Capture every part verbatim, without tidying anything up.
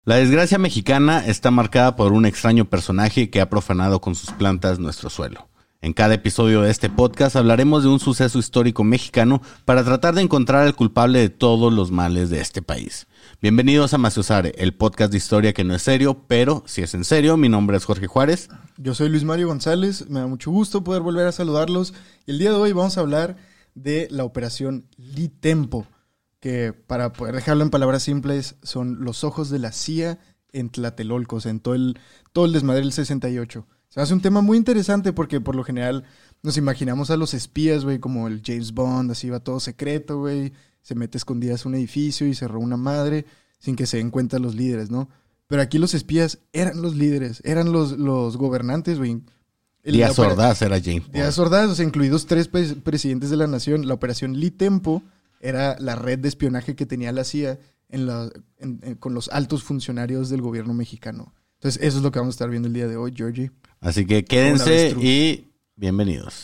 La desgracia mexicana está marcada por un extraño personaje que ha profanado con sus plantas nuestro suelo. En cada episodio de este podcast hablaremos de un suceso histórico mexicano para tratar de encontrar al culpable de todos los males de este país. Bienvenidos a Maciosare, el podcast de historia que no es serio, pero si es en serio. Mi nombre es Jorge Juárez. Yo soy Luis Mario González, me da mucho gusto poder volver a saludarlos. Y el día de hoy vamos a hablar de la operación Litempo, que para poder dejarlo en palabras simples son los ojos de la C I A en Tlatelolco, o sea, en todo el, todo el desmadre del sesenta y ocho. Se hace un tema muy interesante porque por lo general nos imaginamos a los espías, güey, como el James Bond, así va todo secreto, güey, se mete escondidas a un edificio y se roba una madre sin que se den cuenta los líderes, ¿no? Pero aquí los espías eran los líderes, eran los, los gobernantes, güey. El- Díaz la opera- Ordaz era James Bond. Díaz Ordaz, o sea, incluidos tres pre- presidentes de la nación. La operación Litempo era la red de espionaje que tenía la C I A en la, en- en- con los altos funcionarios del gobierno mexicano. Entonces, eso es lo que vamos a estar viendo el día de hoy, Georgie. Así que Una quédense avestruz. y bienvenidos.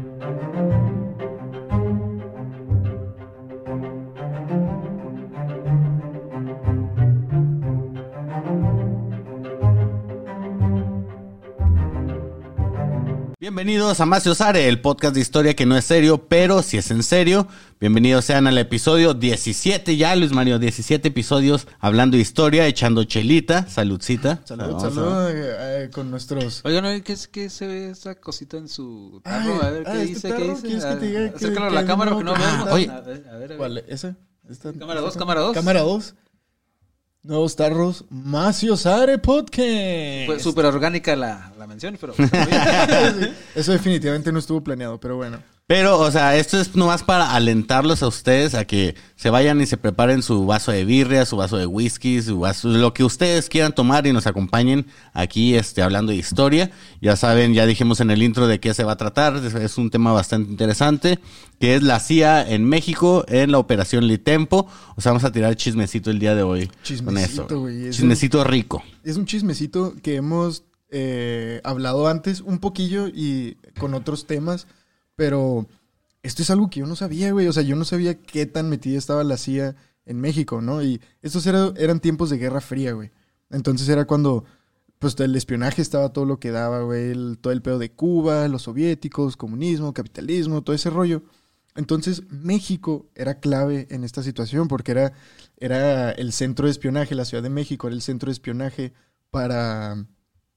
Bienvenidos a Maciosare, el podcast de historia que no es serio, pero si es en serio. Bienvenidos sean al episodio diecisiete ya, Luis Mario, diecisiete episodios hablando de historia, echando chelita, saludcita. Salud, Vamos a- salud eh, eh, con nuestros... Oigan, oye, ¿qué, es, ¿qué se ve esa cosita en su tarro? Ay, a ver, ¿qué ah, este dice? tarro, ¿Qué dice? ¿quieres que A- te diga que- acércalo a que la hay cámara un porque no nuevo vemos. Oye. A ver, a ver, a ver. ¿Cuál? ¿Esa? Esta- Cámara dos, esta- cámara dos. Cámara dos. Nuevos tarros, Maciosare Podcast. Fue súper orgánica la, la mención, pero... Eso definitivamente no estuvo planeado, pero bueno. Pero, o sea, esto es nomás para alentarlos a ustedes a que se vayan y se preparen su vaso de birria, su vaso de whisky, su vaso, lo que ustedes quieran tomar y nos acompañen aquí este, hablando de historia. Ya saben, ya dijimos en el intro de qué se va a tratar. Es, es un tema bastante interesante, que es la C I A en México en la operación Litempo. O sea, vamos a tirar chismecito el día de hoy con Chismecito, eso. güey, eso- Chismecito rico. Es un chismecito que hemos eh, hablado antes un poquillo y con otros temas, pero esto es algo que yo no sabía, güey. O sea, yo no sabía qué tan metida estaba la C I A en México, ¿no? Y estos era- eran tiempos de Guerra Fría, güey. Entonces era cuando, pues, el espionaje estaba todo lo que daba, güey. el- todo el pedo de Cuba, los soviéticos, comunismo, capitalismo, todo ese rollo. Entonces, México era clave en esta situación porque era, era el centro de espionaje, la Ciudad de México era el centro de espionaje para,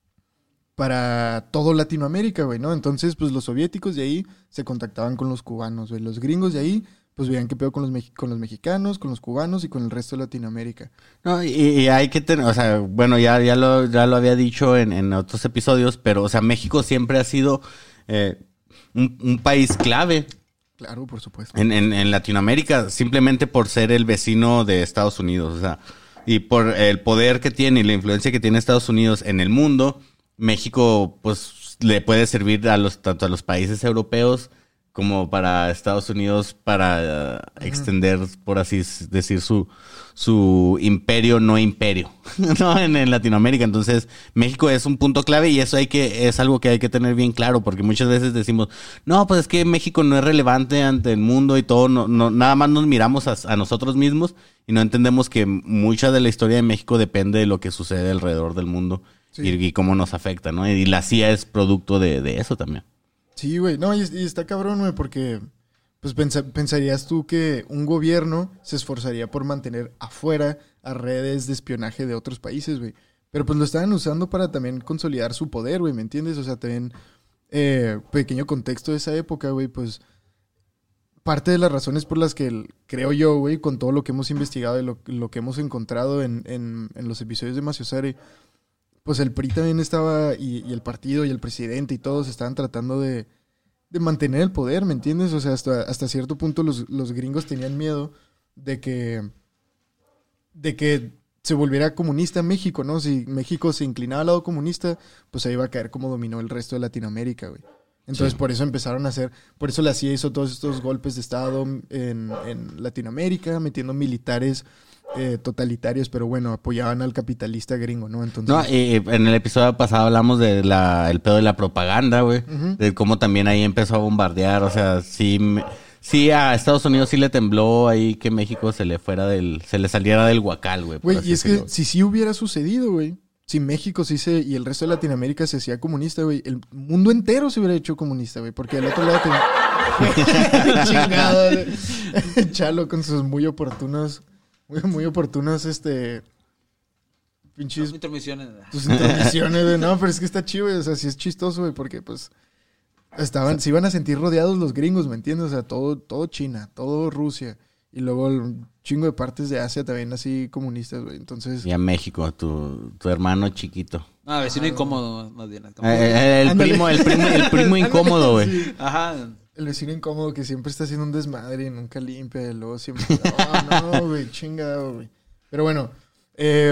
para todo Latinoamérica, güey, ¿no? Entonces, pues los soviéticos de ahí se contactaban con los cubanos, güey. Los gringos de ahí, pues veían qué pedo con los, mex- con los mexicanos, con los cubanos y con el resto de Latinoamérica. No, y, y hay que tener, o sea, bueno, ya, ya, lo, ya lo había dicho en, en otros episodios, pero, o sea, México siempre ha sido eh, un, un país clave Claro, por supuesto. en, en, en Latinoamérica, simplemente por ser el vecino de Estados Unidos, o sea, y por el poder que tiene y la influencia que tiene Estados Unidos en el mundo, México, pues, le puede servir a los, tanto a los países europeos como para Estados Unidos para uh, extender, por así decir, su, su imperio, no imperio, ¿no? En, en Latinoamérica. Entonces, México es un punto clave y eso hay que, es algo que hay que tener bien claro, porque muchas veces decimos, no, pues es que México no es relevante ante el mundo y todo, no, no, nada más nos miramos a, a nosotros mismos y no entendemos que mucha de la historia de México depende de lo que sucede alrededor del mundo. Sí. Y, y cómo nos afecta, ¿no? Y la C I A es producto de, de eso también. Sí, güey. No, y, y está cabrón, güey, porque pues pensa- pensarías tú que un gobierno se esforzaría por mantener afuera a redes de espionaje de otros países, güey. Pero pues lo estaban usando para también consolidar su poder, güey, ¿me entiendes? O sea, también, eh, pequeño contexto de esa época, güey, pues parte de las razones por las que el- creo yo, güey, con todo lo que hemos investigado y lo, lo que hemos encontrado en, en, en los episodios de Maciosare, pues el P R I también estaba, y, y el partido y el presidente y todos estaban tratando de, de mantener el poder, ¿me entiendes? O sea, hasta, hasta cierto punto los, los gringos tenían miedo de que, de que se volviera comunista México, ¿no? Si México se inclinaba al lado comunista, pues ahí iba a caer como dominó el resto de Latinoamérica, güey. Entonces, Sí. por eso empezaron a hacer, por eso la C I A hizo todos estos golpes de Estado en, en Latinoamérica, metiendo militares eh, totalitarios, pero bueno, apoyaban al capitalista gringo, ¿no? Entonces, No, y en el episodio pasado hablamos de la, el pedo de la propaganda, güey. Ujú. De cómo también ahí empezó a bombardear. O sea, sí, me- sí a Estados Unidos sí le tembló ahí que México se le fuera del, se le saliera del huacal, güey. por Güey, así y es que decirlo. si sí hubiera sucedido, güey. Si México sí se... Y el resto de Latinoamérica se hacía comunista, güey. El mundo entero se hubiera hecho comunista, güey. Porque al otro lado tenía... Chingado, güey. Chalo con sus muy oportunos... Muy, muy oportunos, este... Pinches... Intermisiones. Tus intromisiones, güey. No, pero es que está chido, güey. O sea, sí es chistoso, güey. Porque, pues... Estaban... Se iban a sentir rodeados los gringos, ¿me entiendes? O sea, todo, todo China, todo Rusia. Y luego un chingo de partes de Asia también así comunistas, güey. Entonces... Y a México, tu, tu hermano chiquito. No, vecino incómodo, más bien. Eh, eh, el, Ándale. primo, el primo, el primo incómodo, güey. Sí. Ajá. El vecino incómodo que siempre está haciendo un desmadre y nunca limpia. Y luego siempre... No, no, güey, chingado, güey. Pero bueno, eh,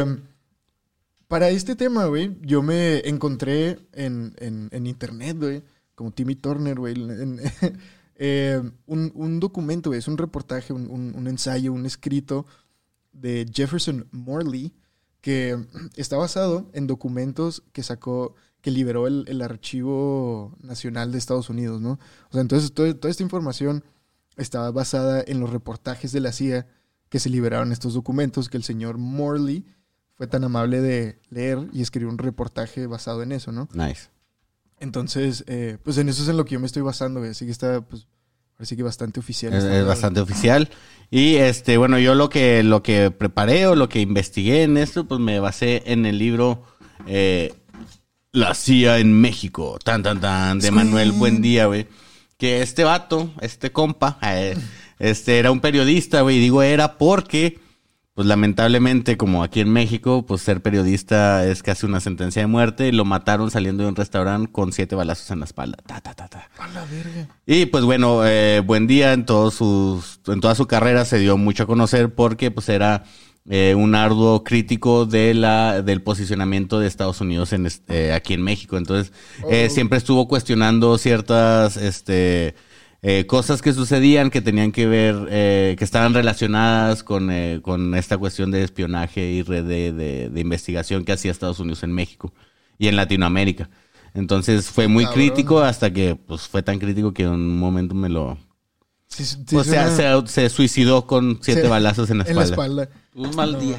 para este tema, güey, yo me encontré en, en, en internet, güey, como Timmy Turner, güey, en, eh, un, un documento, güey, es un reportaje, un, un, un ensayo, un escrito de Jefferson Morley que está basado en documentos que sacó, que liberó el, el Archivo Nacional de Estados Unidos, ¿no? O sea, entonces todo, toda esta información estaba basada en los reportajes de la C I A que se liberaron estos documentos, que el señor Morley fue tan amable de leer y escribió un reportaje basado en eso, ¿no? Nice. Entonces, eh, pues en eso es en lo que yo me estoy basando, güey. Así que está, pues, parece que bastante oficial. Es, está, es bastante oficial. Y este, bueno, yo lo que, lo que preparé o lo que investigué en esto, pues me basé en el libro eh, La C I A en México, tan, tan, tan, de Manuel Buendía, güey. Que este vato, este compa, eh, este era un periodista, güey. Y digo era porque, pues lamentablemente, como aquí en México, pues ser periodista es casi una sentencia de muerte. Y lo mataron saliendo de un restaurante con siete balazos en la espalda. Ta, ta, ta, ta. A la verga. Y pues bueno, eh, Buendía en todos sus, en toda su carrera se dio mucho a conocer porque pues era eh, un arduo crítico de la, del posicionamiento de Estados Unidos en, eh, aquí en México. Entonces, eh, Oh. siempre estuvo cuestionando ciertas, este, eh, cosas que sucedían que tenían que ver, eh, que estaban relacionadas con, eh, con esta cuestión de espionaje y red de, de, de investigación que hacía Estados Unidos en México y en Latinoamérica. Entonces fue muy Cabrón. crítico hasta que pues fue tan crítico que en un momento me lo... Sí, sí, O sea, suena- se, se suicidó con siete Sí, balazos en la en la espalda. espalda. Un mal No, día.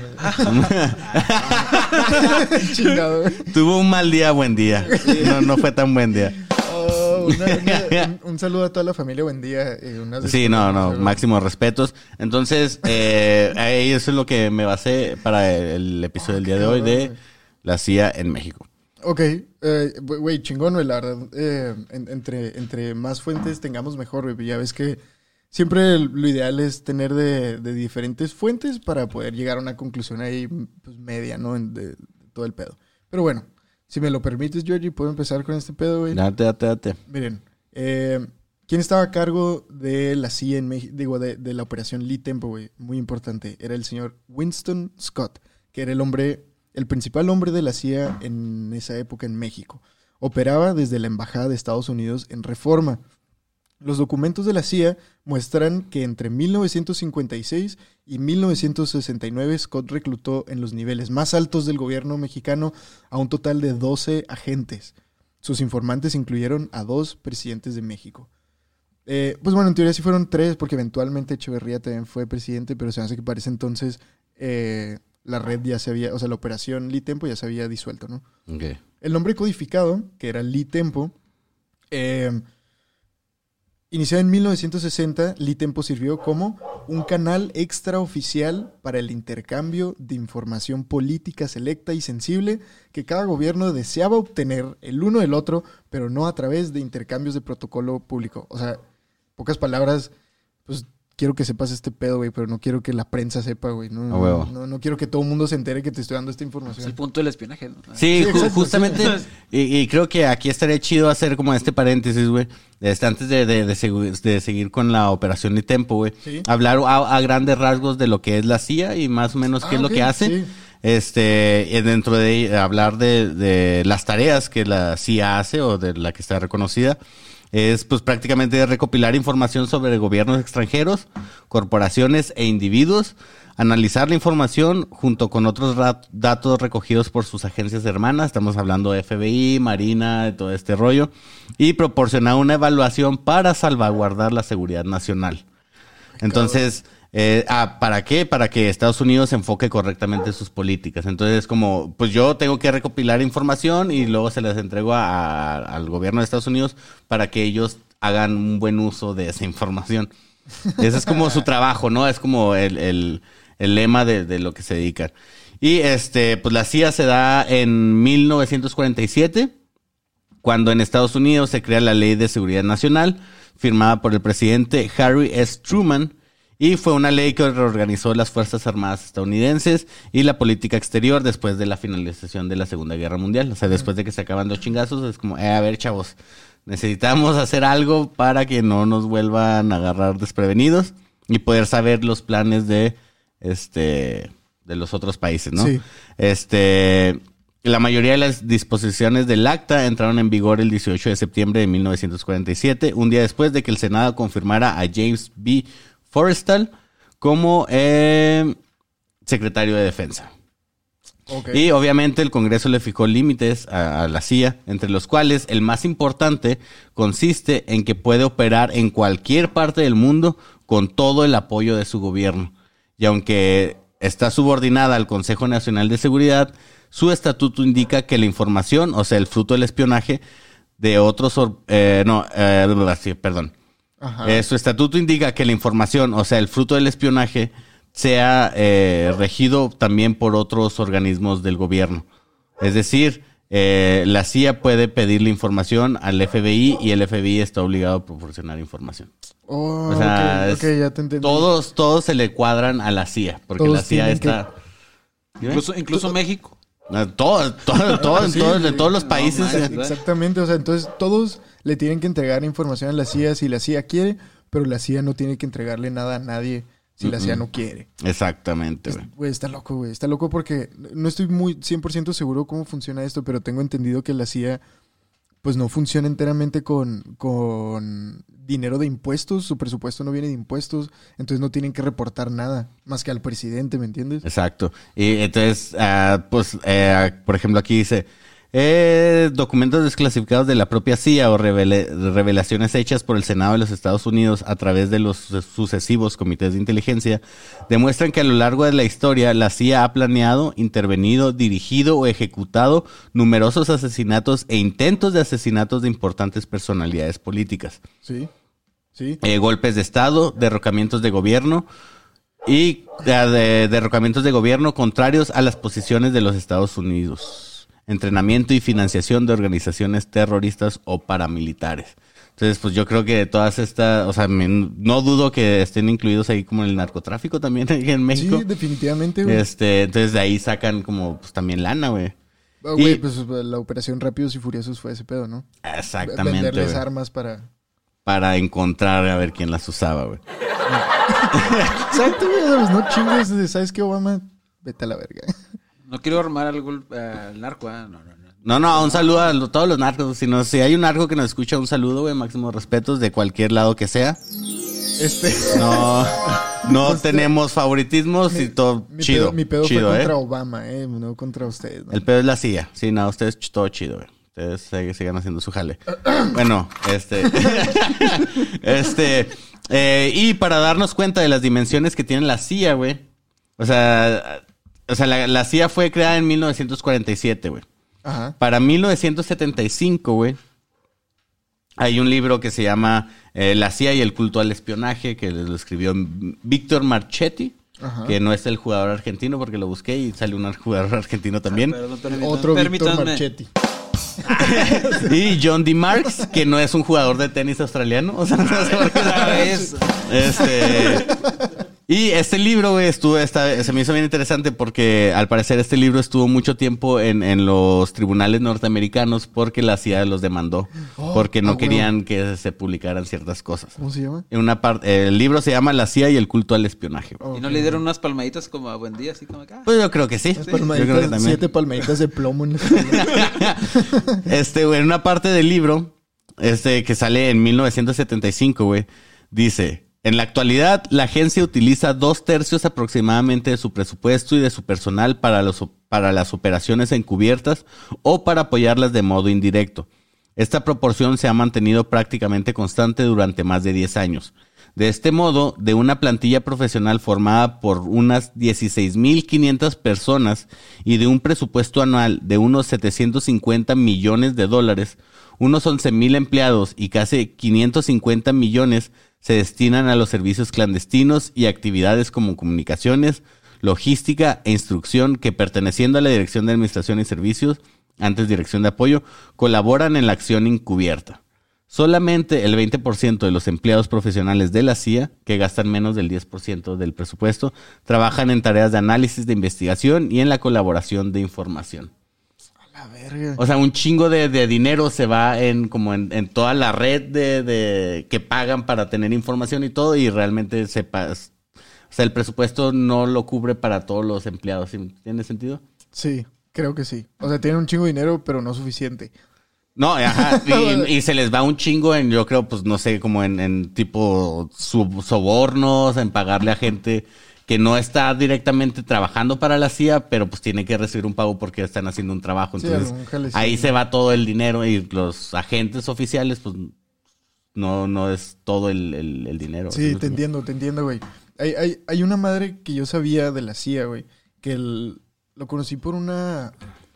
Chingado, güey. Tuvo un mal día, buen día. No, no fue tan buen día. Oh, una- una- un, un saludo a toda la familia, buen día. eh, unas Sí, no, no, disculpas, máximos respetos. Entonces, eh, ahí eso es lo que me basé para el episodio del día de hoy de la C I A en México. Ok, eh, güey, chingón, güey, la verdad. eh, en- entre, entre más fuentes tengamos mejor, güey. Ya ves que siempre el- lo ideal es tener de, de diferentes fuentes para poder llegar a una conclusión ahí, pues, media, ¿no? En- de, de todo el pedo. Pero bueno, si me lo permites, Georgie, puedo empezar con este pedo, güey. Date, date, date. Miren, eh, ¿quién estaba a cargo de la C I A en México? Digo, de, de la operación Lee Tempo, güey. Muy importante. Era el señor Winston Scott, que era el hombre, el principal hombre de la C I A en esa época en México. Operaba desde la Embajada de Estados Unidos en Reforma. Los documentos de la C I A muestran que entre mil novecientos cincuenta y seis y mil novecientos sesenta y nueve Scott reclutó en los niveles más altos del gobierno mexicano a un total de doce agentes. Sus informantes incluyeron a dos presidentes de México. Eh, pues bueno, en teoría sí fueron tres, porque eventualmente Echeverría también fue presidente, pero se me hace que para ese entonces eh, la red ya se había, o sea, la operación Lee Tempo ya se había disuelto, ¿no? Ok. El nombre codificado, que era Lee Tempo, eh, iniciado en mil novecientos sesenta, Lee Tempo sirvió como un canal extraoficial para el intercambio de información política selecta y sensible que cada gobierno deseaba obtener el uno del otro, pero no a través de intercambios de protocolo público. O sea, pocas palabras, pues quiero que sepas este pedo, güey, pero no quiero que la prensa sepa, güey. No, A huevo. no, no quiero que todo el mundo se entere que te estoy dando esta Es información. el punto del espionaje, ¿no? Sí, Sí, ju- exacto, justamente, sí. y, y creo que aquí estaría chido hacer como este paréntesis, güey, este, antes de, de, de, segu- de seguir con la operación de Tempo, güey, Sí. hablar a, a grandes rasgos de lo que es la C I A y más o menos qué Ah, es lo ok, que hace, sí. este, y dentro de hablar de, de las tareas que la C I A hace o de la que está reconocida. Es pues prácticamente recopilar información sobre gobiernos extranjeros, corporaciones e individuos, analizar la información junto con otros rat- datos recogidos por sus agencias hermanas, estamos hablando de F B I, Marina, de todo este rollo, y proporcionar una evaluación para salvaguardar la seguridad nacional. Entonces, eh, ah, ¿para qué? Para que Estados Unidos enfoque correctamente sus políticas. Entonces, como, pues yo tengo que recopilar información y luego se las entrego a, a, al gobierno de Estados Unidos para que ellos hagan un buen uso de esa información. Ese es como su trabajo, ¿no? Es como el, el, el lema de, de lo que se dedican. Y este, pues la C I A se da en mil novecientos cuarenta y siete, cuando en Estados Unidos se crea la Ley de Seguridad Nacional, firmada por el presidente Harry S. Truman, y fue una ley que reorganizó las Fuerzas Armadas estadounidenses y la política exterior después de la finalización de la Segunda Guerra Mundial. O sea, después de que se acaban los chingazos, es como, eh, a ver, chavos, necesitamos hacer algo para que no nos vuelvan a agarrar desprevenidos y poder saber los planes de, este, de los otros países, ¿no? Sí. Este... La mayoría de las disposiciones del acta entraron en vigor el dieciocho de septiembre de mil novecientos cuarenta y siete, un día después de que el Senado confirmara a James B. Forrestal como eh, secretario de Defensa. Okay. Y obviamente el Congreso le fijó límites a, a la C I A, entre los cuales el más importante consiste en que puede operar en cualquier parte del mundo con todo el apoyo de su gobierno. Y aunque está subordinada al Consejo Nacional de Seguridad, su estatuto indica que la información, o sea, el fruto del espionaje de otros... Eh, no, eh, sí, perdón. Eh, su estatuto indica que la información, o sea, el fruto del espionaje, sea eh, regido también por otros organismos del gobierno. Es decir, eh, la C I A puede pedirle información al F B I y el F B I está obligado a proporcionar información. Oh, o sea, okay, okay, ya te entendí. Todos, todos se le cuadran a la C I A, porque todos la C I A está... Que... Incluso, incluso México. Todo, todo, todo, sí, todos, de todos los países. No, man, exactamente, o sea, entonces todos le tienen que entregar información a la C I A si la C I A quiere, pero la C I A no tiene que entregarle nada a nadie si uh-huh. la C I A no quiere. Exactamente, güey. Güey, está loco, güey. Está loco porque no estoy muy cien por ciento seguro cómo funciona esto, pero tengo entendido que la C I A pues no funciona enteramente con, con dinero de impuestos. Su presupuesto no viene de impuestos, entonces no tienen que reportar nada más que al presidente, ¿me entiendes? Exacto. Y entonces, uh, pues, uh, por ejemplo, aquí dice... Eh, documentos desclasificados de la propia C I A o revele- revelaciones hechas por el Senado de los Estados Unidos a través de los sucesivos comités de inteligencia demuestran que a lo largo de la historia la C I A ha planeado, intervenido, dirigido o ejecutado numerosos asesinatos e intentos de asesinatos de importantes personalidades políticas. Sí, sí. Eh, golpes de Estado, derrocamientos de gobierno y de, de, derrocamientos de gobierno contrarios a las posiciones de los Estados Unidos. Entrenamiento y financiación de organizaciones terroristas o paramilitares. Entonces, pues yo creo que todas estas, o sea, me, no dudo que estén incluidos ahí como el narcotráfico también aquí en México. Sí, definitivamente, güey. Este, entonces de ahí sacan como, pues también lana, güey. Oh, güey, pues la operación Rápidos y Furiosos fue ese pedo, ¿no? Exactamente, venderles güey. armas para... Para encontrar a ver quién las usaba, güey. Exacto, güey, no chingues, ¿sabes qué, Obama? Vete a la verga. No quiero armar algo al uh, narco, ¿eh? No, no, no. No, no, un saludo a lo, todos los narcos. Si, no, si hay un narco que nos escucha, un saludo, güey. Máximos respetos de cualquier lado que sea. Este... No, no este... tenemos favoritismos mi, y todo mi chido. Pedo, mi pedo chido, fue contra ¿eh? Obama, eh, no contra ustedes, ¿no? El pedo es la C I A. Sí, no, ustedes todo chido, güey. Ustedes sigan haciendo su jale. Bueno, este... este... Eh, y para darnos cuenta de las dimensiones que tiene la C I A, güey. O sea... O sea, la, la C I A fue creada en mil novecientos cuarenta y siete, güey. Ajá. Para mil novecientos setenta y cinco, güey, hay un libro que se llama eh, La C I A y el culto al espionaje, que lo escribió Víctor Marchetti, Ajá. que no es el jugador argentino, porque lo busqué y sale un jugador argentino también. Ah, pero no, Otro Víctor Marchetti. Y John D. Marks, que no es un jugador de tenis australiano. O sea, no sé por qué sabes. Este... Y este libro, güey, estuvo, esta, se me hizo bien interesante porque al parecer este libro estuvo mucho tiempo en, en los tribunales norteamericanos porque la C I A los demandó. Oh, porque no ah, querían bueno. que se publicaran ciertas cosas. ¿Cómo se llama? En una parte, el libro se llama La C I A y el culto al espionaje. Oh, ¿Y no le dieron unas palmaditas como a buen día, así como acá? Pues yo creo que sí. sí. Yo creo que también. Siete palmaditas de plomo en Este, güey, en una parte del libro este que sale en mil novecientos setenta y cinco, güey, dice... En la actualidad, la agencia utiliza dos tercios aproximadamente de su presupuesto y de su personal para, los, para las operaciones encubiertas o para apoyarlas de modo indirecto. Esta proporción se ha mantenido prácticamente constante durante más de diez años. De este modo, de una plantilla profesional formada por unas dieciséis mil quinientas personas y de un presupuesto anual de unos setecientos cincuenta millones de dólares, unos once mil empleados y casi quinientos cincuenta millones se destinan a los servicios clandestinos y actividades como comunicaciones, logística e instrucción que, perteneciendo a la Dirección de Administración y Servicios, antes Dirección de Apoyo, colaboran en la acción encubierta. Solamente el veinte por ciento de los empleados profesionales de la C I A, que gastan menos del diez por ciento del presupuesto, trabajan en tareas de análisis de investigación y en la colaboración de información. A la verga. O sea, un chingo de, de dinero se va en como en, en toda la red de, de que pagan para tener información y todo, y realmente sepas, o sea, el presupuesto no lo cubre para todos los empleados. ¿Tiene sentido? Sí, creo que sí. O sea, tienen un chingo de dinero, pero no suficiente. No, ajá, y, y se les va un chingo en, yo creo, pues no sé, como en, en tipo sub, sobornos, en pagarle a gente que no está directamente trabajando para la C I A, pero pues tiene que recibir un pago porque están haciendo un trabajo. Entonces, sí, ahí se va todo el dinero y los agentes oficiales, pues no, no es todo el, el, el dinero. Sí, te entiendo, te entiendo, güey. Hay, hay, hay una madre que yo sabía de la C I A, güey, que el, lo conocí por una...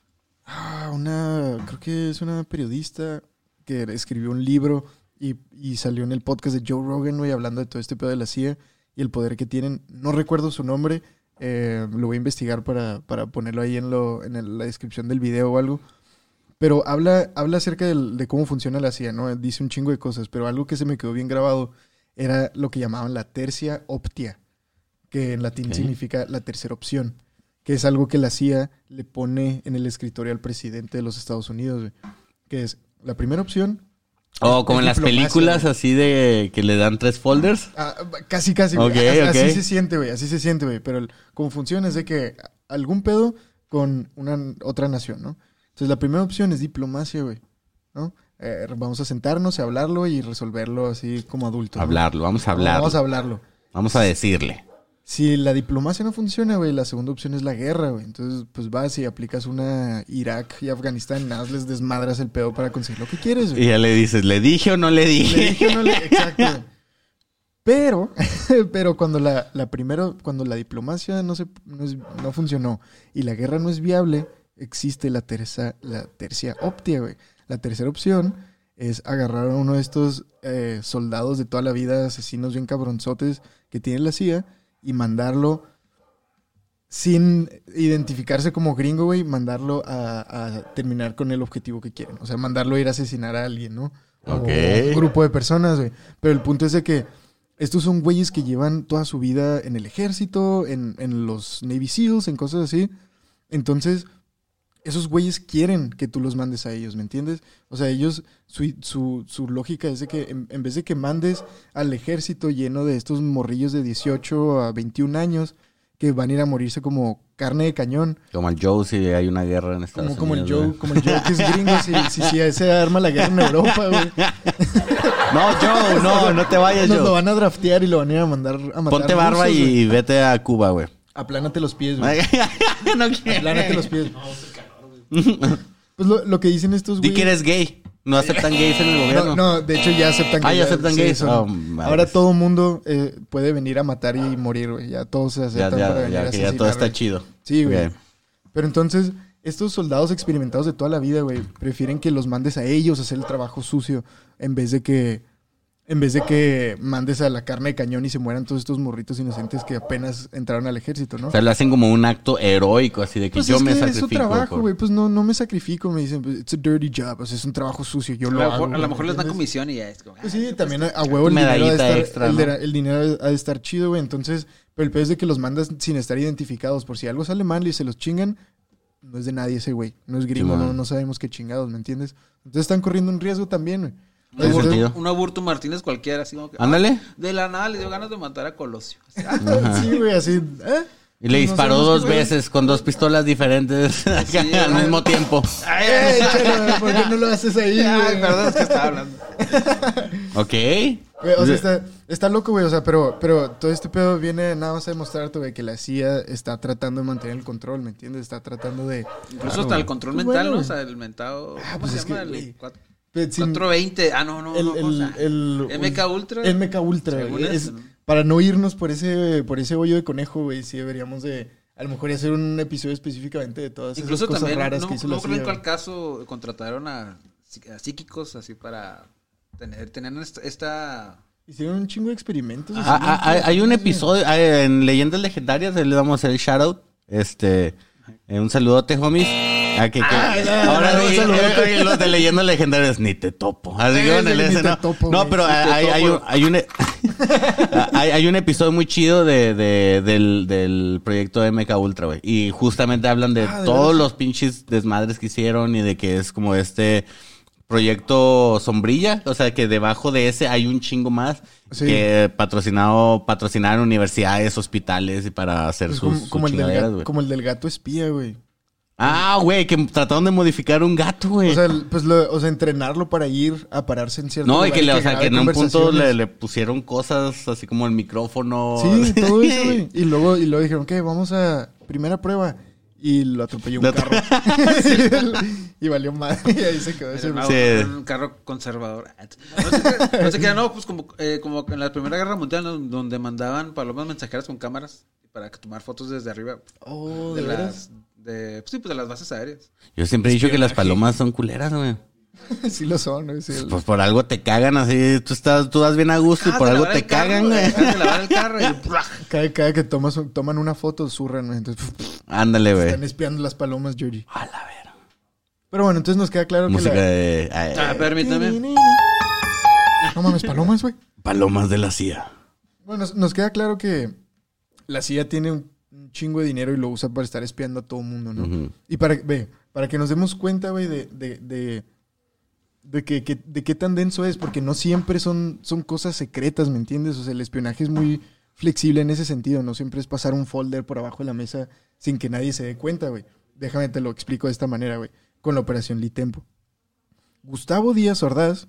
Ah, una, creo que es una periodista que escribió un libro y, y salió en el podcast de Joe Rogan, güey, hablando de todo este pedo de la C I A y el poder que tienen. No recuerdo su nombre, eh, lo voy a investigar para, para ponerlo ahí en, lo, en el, la descripción del video o algo. Pero habla, habla acerca del, de cómo funciona la C I A, ¿no? Dice un chingo de cosas, pero algo que se me quedó bien grabado era lo que llamaban la tercia optia, que en latín okay. significa la tercera opción. Que es algo que la C I A le pone en el escritorio al presidente de los Estados Unidos, güey. Que es la primera opción. Oh, como en las películas, güey. Así de que le dan tres folders. Ah, casi, casi, güey. Okay, así, okay. así se siente, güey. Así se siente, güey. Pero el, como funciona es de que algún pedo con una otra nación, ¿no? Entonces la primera opción es diplomacia, güey. ¿No? Eh, vamos a sentarnos y hablarlo y resolverlo así como adultos. Hablarlo, ¿no? vamos a hablarlo. Vamos a hablarlo. Vamos a decirle. Si la diplomacia no funciona, güey, la segunda opción es la guerra, güey. Entonces, pues vas y aplicas una Irak y Afganistán, nada más les desmadras el pedo para conseguir lo que quieres, güey. Y ya le dices, ¿le dije o no le dije? Le dije o no le... Exacto. Pero, pero cuando la, la primero, cuando la diplomacia no se no, es, no funcionó y la guerra no es viable, existe la tercera, la tercia optia, güey. La tercera opción es agarrar a uno de estos eh, soldados de toda la vida, asesinos bien cabronzotes que tiene la C I A, y mandarlo sin identificarse como gringo, güey, mandarlo a, a terminar con el objetivo que quieren. O sea, mandarlo a ir a asesinar a alguien, ¿no? Okay. O un grupo de personas, güey. Pero el punto es de que estos son güeyes que llevan toda su vida en el ejército, en, en los Navy SEALs, en cosas así. Entonces, esos güeyes quieren que tú los mandes a ellos, ¿me entiendes? O sea, ellos, su, su, su lógica es de que en, en vez de que mandes al ejército lleno de estos morrillos de dieciocho a veintiún años que van a ir a morirse como carne de cañón. Como el Joe si hay una guerra en Estados como, Unidos. Como el Joe, como el Joe que es gringo, si, si, si se arma la guerra en Europa, güey. No, Joe, no, no te vayas, Nos Joe. lo van a draftear y lo van a ir a mandar a matar. Ponte barba rusos, y güey. Vete a Cuba, güey. Aplánate los pies, güey. No quiero. Aplánate los pies. Pues lo, lo que dicen estos güeyes... Di que eres gay. No aceptan gays en el gobierno. No, no, de hecho ya aceptan gays. Ah, ya aceptan sí, gays. Son, oh, ahora todo mundo eh, puede venir a matar y morir, güey. Ya todos se aceptan ya, ya, para venir ya, a que asesinar. Ya todo está güey. chido. Sí, güey. Okay. Pero entonces, estos soldados experimentados de toda la vida, güey, prefieren que los mandes a ellos a hacer el trabajo sucio en vez de que... En vez de que mandes a la carne de cañón y se mueran todos estos morritos inocentes que apenas entraron al ejército, ¿no? O sea, lo hacen como un acto heroico, así de que pues yo es me que sacrifico. Es su trabajo, güey. Por... Pues no, no me sacrifico. Me dicen, it's a dirty job. O sea, es un trabajo sucio. Yo a lo lo hago. A lo mejor les dan ¿entiendes? comisión y ya es como... Pues sí, también a, a huevo el dinero, ha de estar, extra, el, ¿no? de, el dinero ha de estar chido, güey. Entonces, pero el peor es de que los mandas sin estar identificados. Por si algo sale mal y se los chingan, no es de nadie ese güey. No es gringo, sí, no, no sabemos qué chingados, ¿me entiendes? Entonces están corriendo un riesgo también, güey. Un aburto, un aburto Martínez cualquiera, así como que... Ándale. Ah, de la nada le dio ganas de matar a Colosio. Sí, güey, así... ¿eh? Y le No disparó sabemos dos qué fue. veces con dos pistolas diferentes Sí, al ay. mismo tiempo. ¡Ey, chalo, ¿por qué no lo haces ahí, Ay, güey? perdón, es que estaba hablando. Ok. Güey, o sea, está, está loco, güey. O sea, pero, pero todo este pedo viene nada más a demostrarte, güey, que la C I A está tratando de mantener el control, ¿me entiendes? Está tratando de... Incluso hasta el control Pues mental, bueno, ¿no? O güey. sea, el mentado. Ah, ¿Cómo pues se es llama? que, güey, El cuatro- Pero sin- cuatrocientos veinte. Ah, no, no, el, no. el, ¿cómo se llama? el- M K Ultra. M K Ultra, Según güey. eso, Es- ¿no? Para no irnos por ese, por ese hoyo de conejo, güey, sí deberíamos de... A lo mejor hacer un episodio específicamente de todas esas Incluso cosas también, raras no, que hizo no la C I recuerdo A. en cuál güey. caso contrataron a, a psíquicos así para tener, tener esta, esta... Hicieron un chingo de experimentos. Ah, así, ah, hay, güey. hay un episodio ah, en Leyendas Legendarias, le damos a hacer el shoutout. Este, eh, un saludote, homies. Ah, que, que- Ah, ya, ahora ya, un sí, saludote. eh, eh, los de Leyendas Legendarias ni te topo. Así que Eh, bueno, ni ese te no. topo, No, güey. pero Ni te hay, hay, topo. un, hay, un, hay, hay un episodio muy chido de, de- del, del proyecto M K Ultra, güey. Y justamente hablan de Ah, ¿de todos veras? los pinches desmadres que hicieron y de que es como este proyecto sombrilla, o sea que debajo de ese hay un chingo más Sí. que patrocinado patrocinaron universidades, hospitales y para hacer Pues sus, como, sus como el del chingaderas, gato, güey. como el del gato espía, güey. Ah, güey, que trataron de modificar un gato, güey. O sea, el- pues lo, o sea, entrenarlo para ir a pararse en cierto no, y lugar que, le, o sea, grabe que en un punto le, conversaciones. le pusieron cosas así como el micrófono. Sí, todo eso, güey. Y luego, y luego dijeron, ¿qué? Vamos a primera prueba. Y lo atropelló un Lo carro. y valió madre. Y ahí se quedó ese... Era Sí. un carro conservador. No sé qué, no sé qué, no, pues como, eh, como en la Primera Guerra Mundial, ¿no? Donde mandaban palomas mensajeras con cámaras para tomar fotos desde arriba Oh, de ¿de las... veras? De, pues sí, pues de las bases aéreas. Yo siempre he dicho que las palomas son culeras, güey. Sí lo son, güey. Sí, el- Pues por algo te cagan así, tú estás, tú das bien a gusto y Acabas por de algo lavar te el carro, cagan, güey. acabas de lavar el carro y... ¡plaj! cada, cada que tomas, un- toman una foto, zurran, güey. Entonces, Ándale, güey. están espiando las palomas, Georgie. A la vera. Pero bueno, entonces nos queda claro Música que la... de ay, Ah, permítame. No mames, palomas, güey. palomas de la C I A. Bueno, nos, nos queda claro que la C I A tiene un, un chingo de dinero y lo usa para estar espiando a todo el mundo, ¿no? Ujú. Y para, ve, para que nos demos cuenta, güey, de, de, de, de, que, que- de qué tan denso es, porque no siempre son, son cosas secretas, ¿me entiendes? O sea, el espionaje es muy flexible en ese sentido, no siempre es pasar un folder por abajo de la mesa sin que nadie se dé cuenta, güey. Déjame te lo explico de esta manera, güey, con la operación Litempo. Gustavo Díaz Ordaz